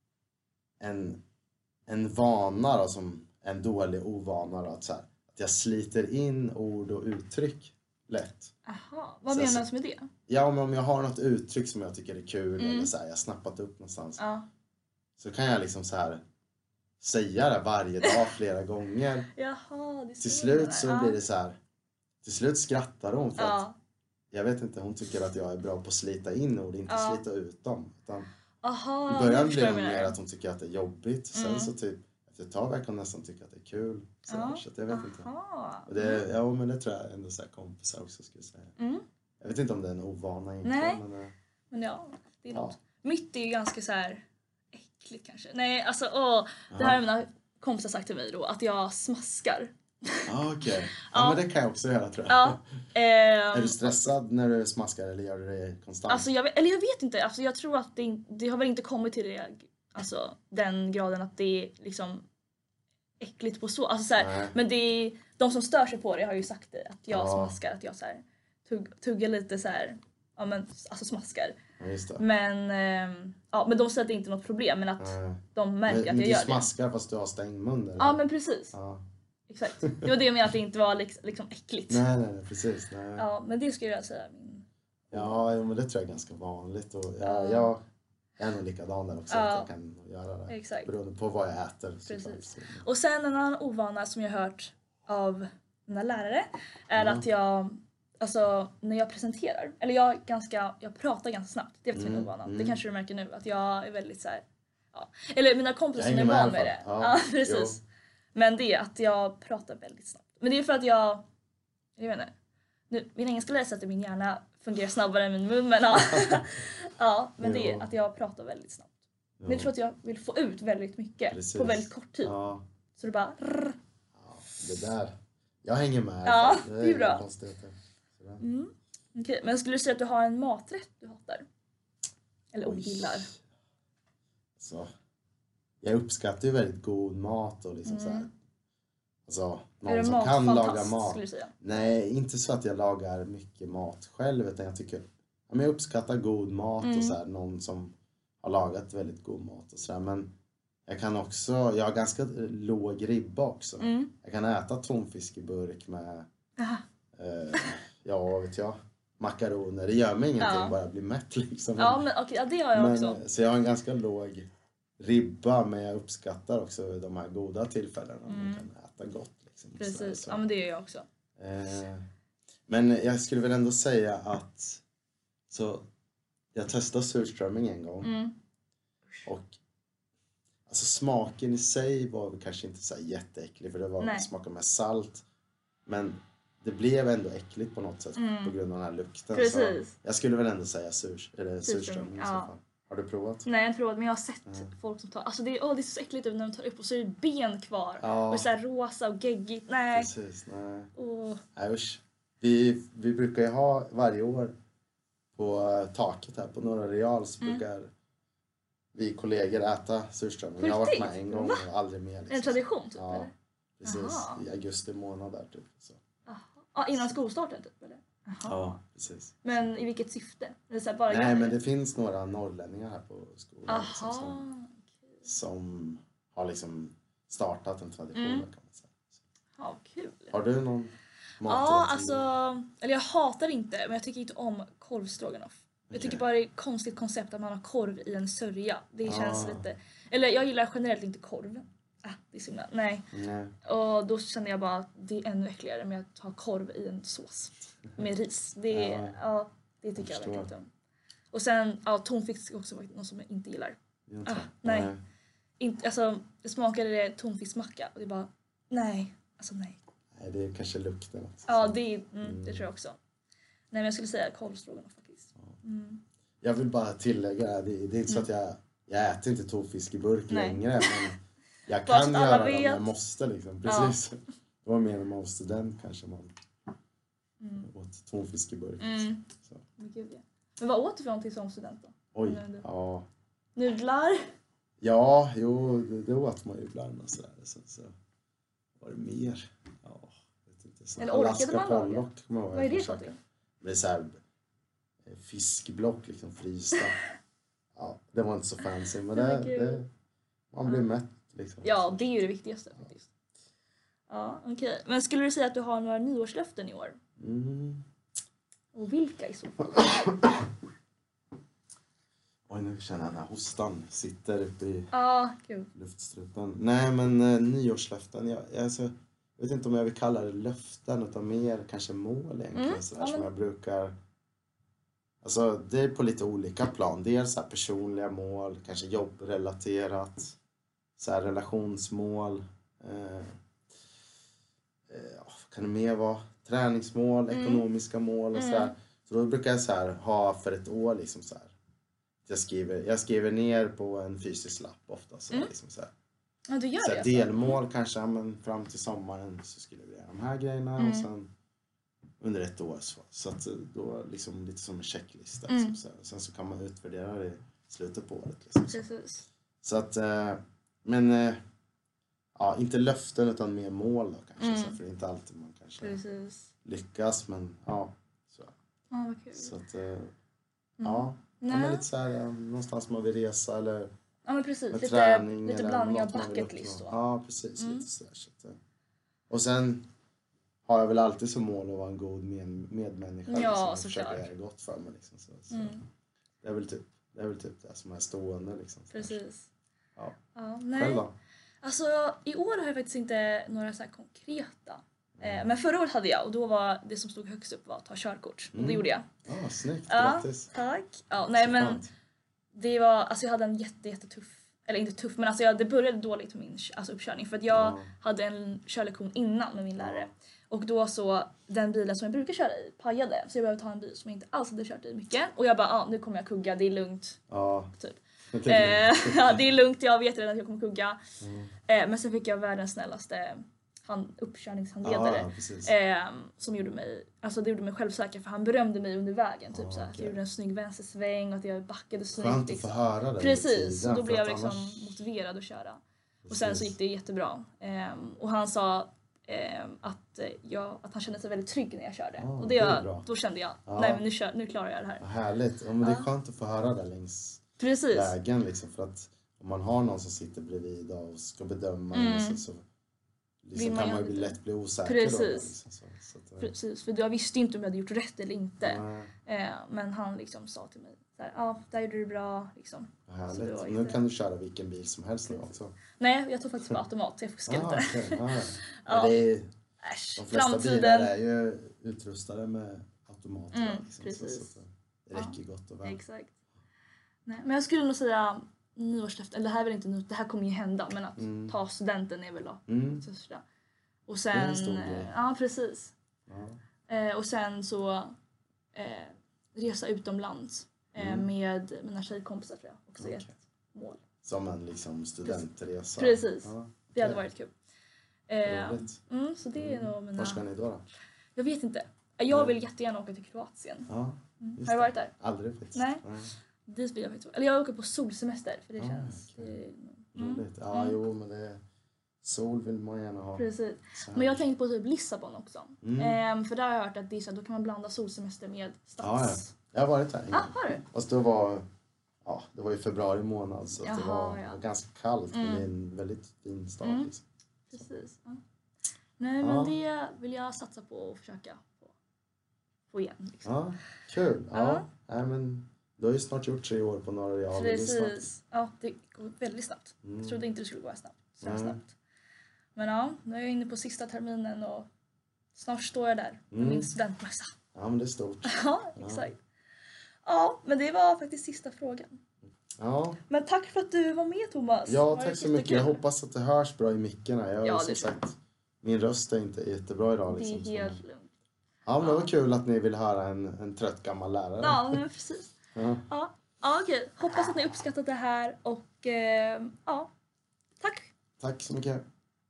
en vana då, som en dålig ovana då, att jag sliter in ord och uttryck lätt. Aha, vad Så- menas med det? Ja, men om jag har något uttryck som jag tycker är kul eller så här, jag har snappat upp någonstans. Ja. Så kan jag liksom så här säga det varje dag flera gånger. Jaha, det är så Till du slut menar. så Ja. blir det så här. Till slut skrattar hon för att Ja. jag vet inte, hon tycker att jag är bra på att slita in ord, inte Ja. slita ut dem. Utan Aha, i början jag blir förstår det vad du mer menar. att hon tycker att det är jobbigt. Sen så typ efter ett tag verkar hon nästan tycka att det är kul. Så, Ja. så att jag vet inte. Aha. Och det, ja, men det tror jag ändå så här kompisar också skulle säga. Jag vet inte om det är en ovana egentligen. Nej. Men, Men ja, det är Ja. något. Mitt är ju ganska så här äckligt kanske. Nej, alltså det här har mina kompisar sagt till mig då, att jag smaskar. okej. Ja, men det kan jag också göra tror jag. Ja. Är du stressad när du smaskar eller gör du det konstant? Alltså jag vet inte, alltså jag tror att det har väl inte kommit till det, alltså den graden att det är liksom äckligt på så, alltså så här, Nej. men det är, de som stör sig på det har ju sagt det, att jag Ja. smaskar, att jag så här tuggar lite så här, ja men alltså smaskar. Ja, just det. Men men de säger att det inte är något problem, men att de märker Men att jag du gör smaskar fast du har stängd mun eller? det. Ja men precis, Ja. exakt. Det var det jag menade, att det inte var liksom äckligt. Nej, precis. Nej. Ja. Ja, men det skulle jag säga min... Jo, men det tror jag är ganska vanligt. Och jag är nog likadan där också, att jag kan göra det. Exakt. Beroende på vad jag äter. Precis. Och sen en annan ovana som jag har hört av mina lärare är att jag, alltså när jag presenterar, eller jag pratar ganska snabbt. Det är faktiskt min ovana. Det kanske du märker nu, att jag är väldigt så här, eller mina kompisar Jag som är hänger med van i alla med det. fall. Ja, Ja, precis. Men det är att jag pratar väldigt snabbt. Men det är för att jag vet inte, nu, min engelska lärare säger att min hjärna fungerar snabbare än min mun. Men ja, ja men det är Ja. att jag pratar väldigt snabbt. Ja. Men jag tror att jag vill få ut väldigt mycket Precis. på väldigt kort tid. Ja, Så det bara... ja, det där. Jag hänger med. Ja, det det är bra. inga konstigheter. Sådär. Okej, men skulle du säga att du har en maträtt du hatar? Eller Oj. ogillar? Så, jag uppskattar ju väldigt god mat och liksom så här. Alltså, Är någon du som kan laga matfantast mat. skulle du säga? Nej, inte så att jag lagar mycket mat själv, utan jag tycker, ja, men jag uppskattar god mat och så här, någon som har lagat väldigt god mat och sådär. Men jag kan också, jag har ganska låg ribba också. Jag kan äta tonfisk i burk med, Aha. ja vad vet jag, makaroner. Det gör mig ingenting, Ja. bara bli mätt liksom. Ja, men okej, ja, det har jag också. Så jag har en ganska låg ribba, men jag uppskattar också de här goda tillfällena. Man kan äta gott. Liksom, Precis, så. ja men det gör jag också. Men jag skulle väl ändå säga att jag testade surströmming en gång. Och alltså smaken i sig var väl kanske inte så här jätteäcklig, för det var smakade med salt. Men det blev ändå äckligt på något sätt på grund av den här lukten. Precis. Så jag skulle väl ändå säga surströmming i så ja. fall. Har du provat? Nej, jag har inte provat, men jag har sett folk som tar... Alltså det är så äckligt ut när de tar upp och så är det ben kvar. Ja. Och så här rosa och geggigt. Nej. Precis, nej. Åh. Nej usch. Vi brukar ju ha varje år på taket här på Norra Real så brukar vi kollegor äta surströmming. Jag har varit med en gång och aldrig mer. Liksom. En tradition typ, Ja, eller? precis. Jaha. I augusti månad där typ. Så. Ja, innan skolstarten typ, eller? Jaha. Ja, precis. Men i vilket syfte? Eller så här, bara Nej, jag- men det finns några norrlänningar här på skolan liksom, Aha. som har liksom startat en tradition kan man säga. Ja, kul. Har du någon maträtt? Ja, alltså... Eller jag hatar inte, men jag tycker inte om korvstroganoff. Jag tycker bara det är ett konstigt koncept att man har korv i en sörja. Det känns lite... Eller jag gillar generellt inte korv. Det är så himla... Nej. Nej. Och då känner jag bara att det är ännu äckligare med att ha korv i en sås. Med ris. Det är... Ja, det tycker jag förstår. verkligen inte om. Och sen, tonfisk är också något som jag inte gillar. Nej. Inte, alltså, det smakade tonfiskmacka och det är bara... Nej. Alltså nej. Nej, det är kanske lukten. Alltså. Ja, det tror jag också. Nej, men jag skulle säga korvstroganoff faktiskt. Jag vill bara tillägga, det är inte så att jag äter inte tonfisk i burk längre, men jag Bara kan så att alla göra det om vet. jag måste liksom. Precis. Det var mer när man var student kanske man åt tonfisk i burk. Liksom. Så. Men gud, ja. Men vad åt du för någonting som student då? Oj, ja. Nudlar? Ja, jo, det åt man ju ibland och sådär. Så var det mer? Ja, vet inte. Så Eller orkade Alaska man laga? pollock kommer jag ihåg Vad är det jag för försöka. någonting? Det är såhär fiskblock liksom frysta. Ja, det var inte så fancy, men man blir mätt liksom. Ja, det är ju det viktigaste faktiskt. Ja, okej. Men skulle du säga att du har några nyårslöften i år? Och vilka i så fall? Oj, nu känner jag den här hostan sitter uppe i Kul. luftstrupen. Nej, men nyårslöften. Jag vet inte om jag vill kalla det löften utan mer kanske mål egentligen. Sådär, som jag brukar... Alltså det är på lite olika plan. Dels så här personliga mål, kanske jobbrelaterat. Så här relationsmål. Vad kan det mer vara? Träningsmål, ekonomiska mål och sådär. Så då brukar jag så här ha för ett år liksom så här. Jag skriver ner på en fysisk lapp ofta. Så liksom så här. Ja, du gör Så det här, alltså? delmål kanske, men fram till sommaren så skulle vi göra de här grejerna och sen under ett år så att då liksom lite som en checklista liksom, så här. Sen så kan man utvärdera det i slutet på året liksom, så. Precis. Så att men ja, inte löften utan mer mål då kanske så här, för det är inte alltid man kanske lyckas, men ja så. Ja, vad kul. Så att ja, men lite så här någonstans man vill resa eller Ja, men precis. med Lite träning eller blandning av något man vill bucket list uppnå. då. Ja, precis. Lite sådär, så att, och sen har jag väl alltid som mål att vara en god medmänniska. Ja, liksom, och såklart. försöka göra gott för mig. Liksom, så det är väl typ det som är stående. Liksom, så Precis. Ja. Nej. Själv då? Alltså, i år har jag faktiskt inte några så här konkreta. Men förra året hade jag och då var det som stod högst upp var att ta körkort. Och det gjorde jag. Ja, snyggt. Ja, Grattis. tack. Ja, nej men Skönt. det var, alltså jag hade en jättetuff, eller inte tuff, men alltså det började dåligt med min uppkörning för att jag hade en körlektion innan med min lärare. Och då så, den bilen som jag brukar köra i pajade. Så jag behövde ta en bil som jag inte alls hade kört i mycket. Och jag bara, nu kommer jag kugga, det är lugnt. Ja. Typ. Jag tänker- Ja, det är lugnt, jag vet redan att jag kommer kugga. Men sen fick jag världens snällaste uppkörningshandledare. Ja, precis. Som gjorde mig, alltså det gjorde mig självsäker, för han berömde mig under vägen. Typ, såhär, att okej. jag gjorde en snygg vänstersväng och att jag backade snyggt. Skönt att få Liksom. höra det. Precis, och då för blev jag att liksom annars- motiverad att köra. Och sen så Precis. gick det jättebra. Och han sa att han kände sig väldigt trygg när jag körde. och det är bra. då kände jag, Ja. nej men nu klarar jag det här. Vad härligt. Ja, men det är skönt att få höra det längs Precis. vägen liksom, för att om man har någon som sitter bredvid och ska bedöma så Vill liksom man kan man ju ju lite. lätt bli osäker. Precis. Då, liksom, så att, Precis, för jag visste inte om jag hade gjort rätt eller inte. nej, Men han liksom sa till mig, ja, där gjorde du bra. Liksom. vad Så det var härligt. Nu inte- kan du köra vilken bil som helst nu också. Nej, jag tog faktiskt på automat, så jag fuskade inte. Okej. Ja. Ja. Men det är, Äsch, de flesta bilar är ju utrustade med automater. Liksom, precis. så det räcker gott och väl. Exakt. Nej, men jag skulle nog säga nyårslöfte, eller det här är väl inte nu, det här kommer ju hända, men att ta studenten är väl då det största. Och sen, är en stor grej. ja precis. Ja. Och sen så resa utomlands med mina tjejkompisar, tror jag. Också ett mål. Som en liksom studentresa. Precis. Ja. Det hade varit kul. Roligt. Så det är nog mina... Var ska ni då? Jag vet inte. Jag vill jättegärna åka till Kroatien. Ja, Har du varit där? Aldrig faktiskt. Nej. Dit vill jag faktiskt. Eller jag åker på solsemester, för det Ah, känns... okej. Roligt. Ja, jo, men det sol vill man gärna ha. Precis. Så här. Men jag tänkte på typ Lissabon också. För där har jag hört att det är så att då kan man blanda solsemester med stads... Jag har varit här. Har du? Fast det var i februari månad så att det var ganska kallt men det är en väldigt fin stad. Liksom. Precis. Ja. Nej, men det vill jag satsa på och försöka få igen. Liksom. Ja, kul. Ja. Nej, men du har ju snart gjort 3 år på Norra Real. Precis. Ja, det går väldigt snabbt. Jag trodde inte det skulle gå så snabbt. Men ja, nu är jag inne på sista terminen och snart står jag där med min studentmössa. Ja, men det är stort. Ja, exakt. Ja, men det var faktiskt sista frågan. Ja, Men tack för att du var med, Thomas. ja Var tack så jättekul. mycket. Jag hoppas att det hörs bra i mickarna. Jag Ja, som det sagt, min röst är inte jättebra idag. Det Liksom, är helt lugnt. Ja, men det var kul att ni vill höra en trött gammal lärare. Ja, men precis. Ja. Ja, okej. Hoppas att ni uppskattat det här och ja, tack. Tack så mycket.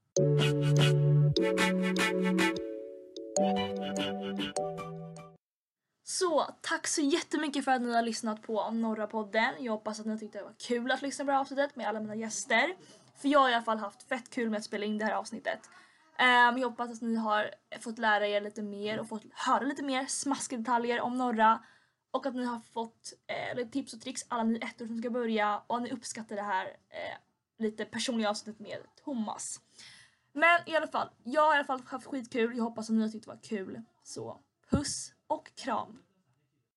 Så tack så jättemycket för att ni har lyssnat på Norra podden. Jag hoppas att ni tyckte det var kul att lyssna på det här avsnittet med alla mina gäster. För jag har i alla fall haft fett kul med att spela in det här avsnittet. Jag hoppas att ni har fått lära er lite mer och fått höra lite mer smaskiga detaljer om Norra. Och att ni har fått lite tips och tricks, alla ni ettor som ska börja. Och att ni uppskattar det här lite personliga avsnittet med Thomas. Men i alla fall, jag har i alla fall haft skitkul. Jag hoppas att ni har tyckt det var kul. Så puss och kram.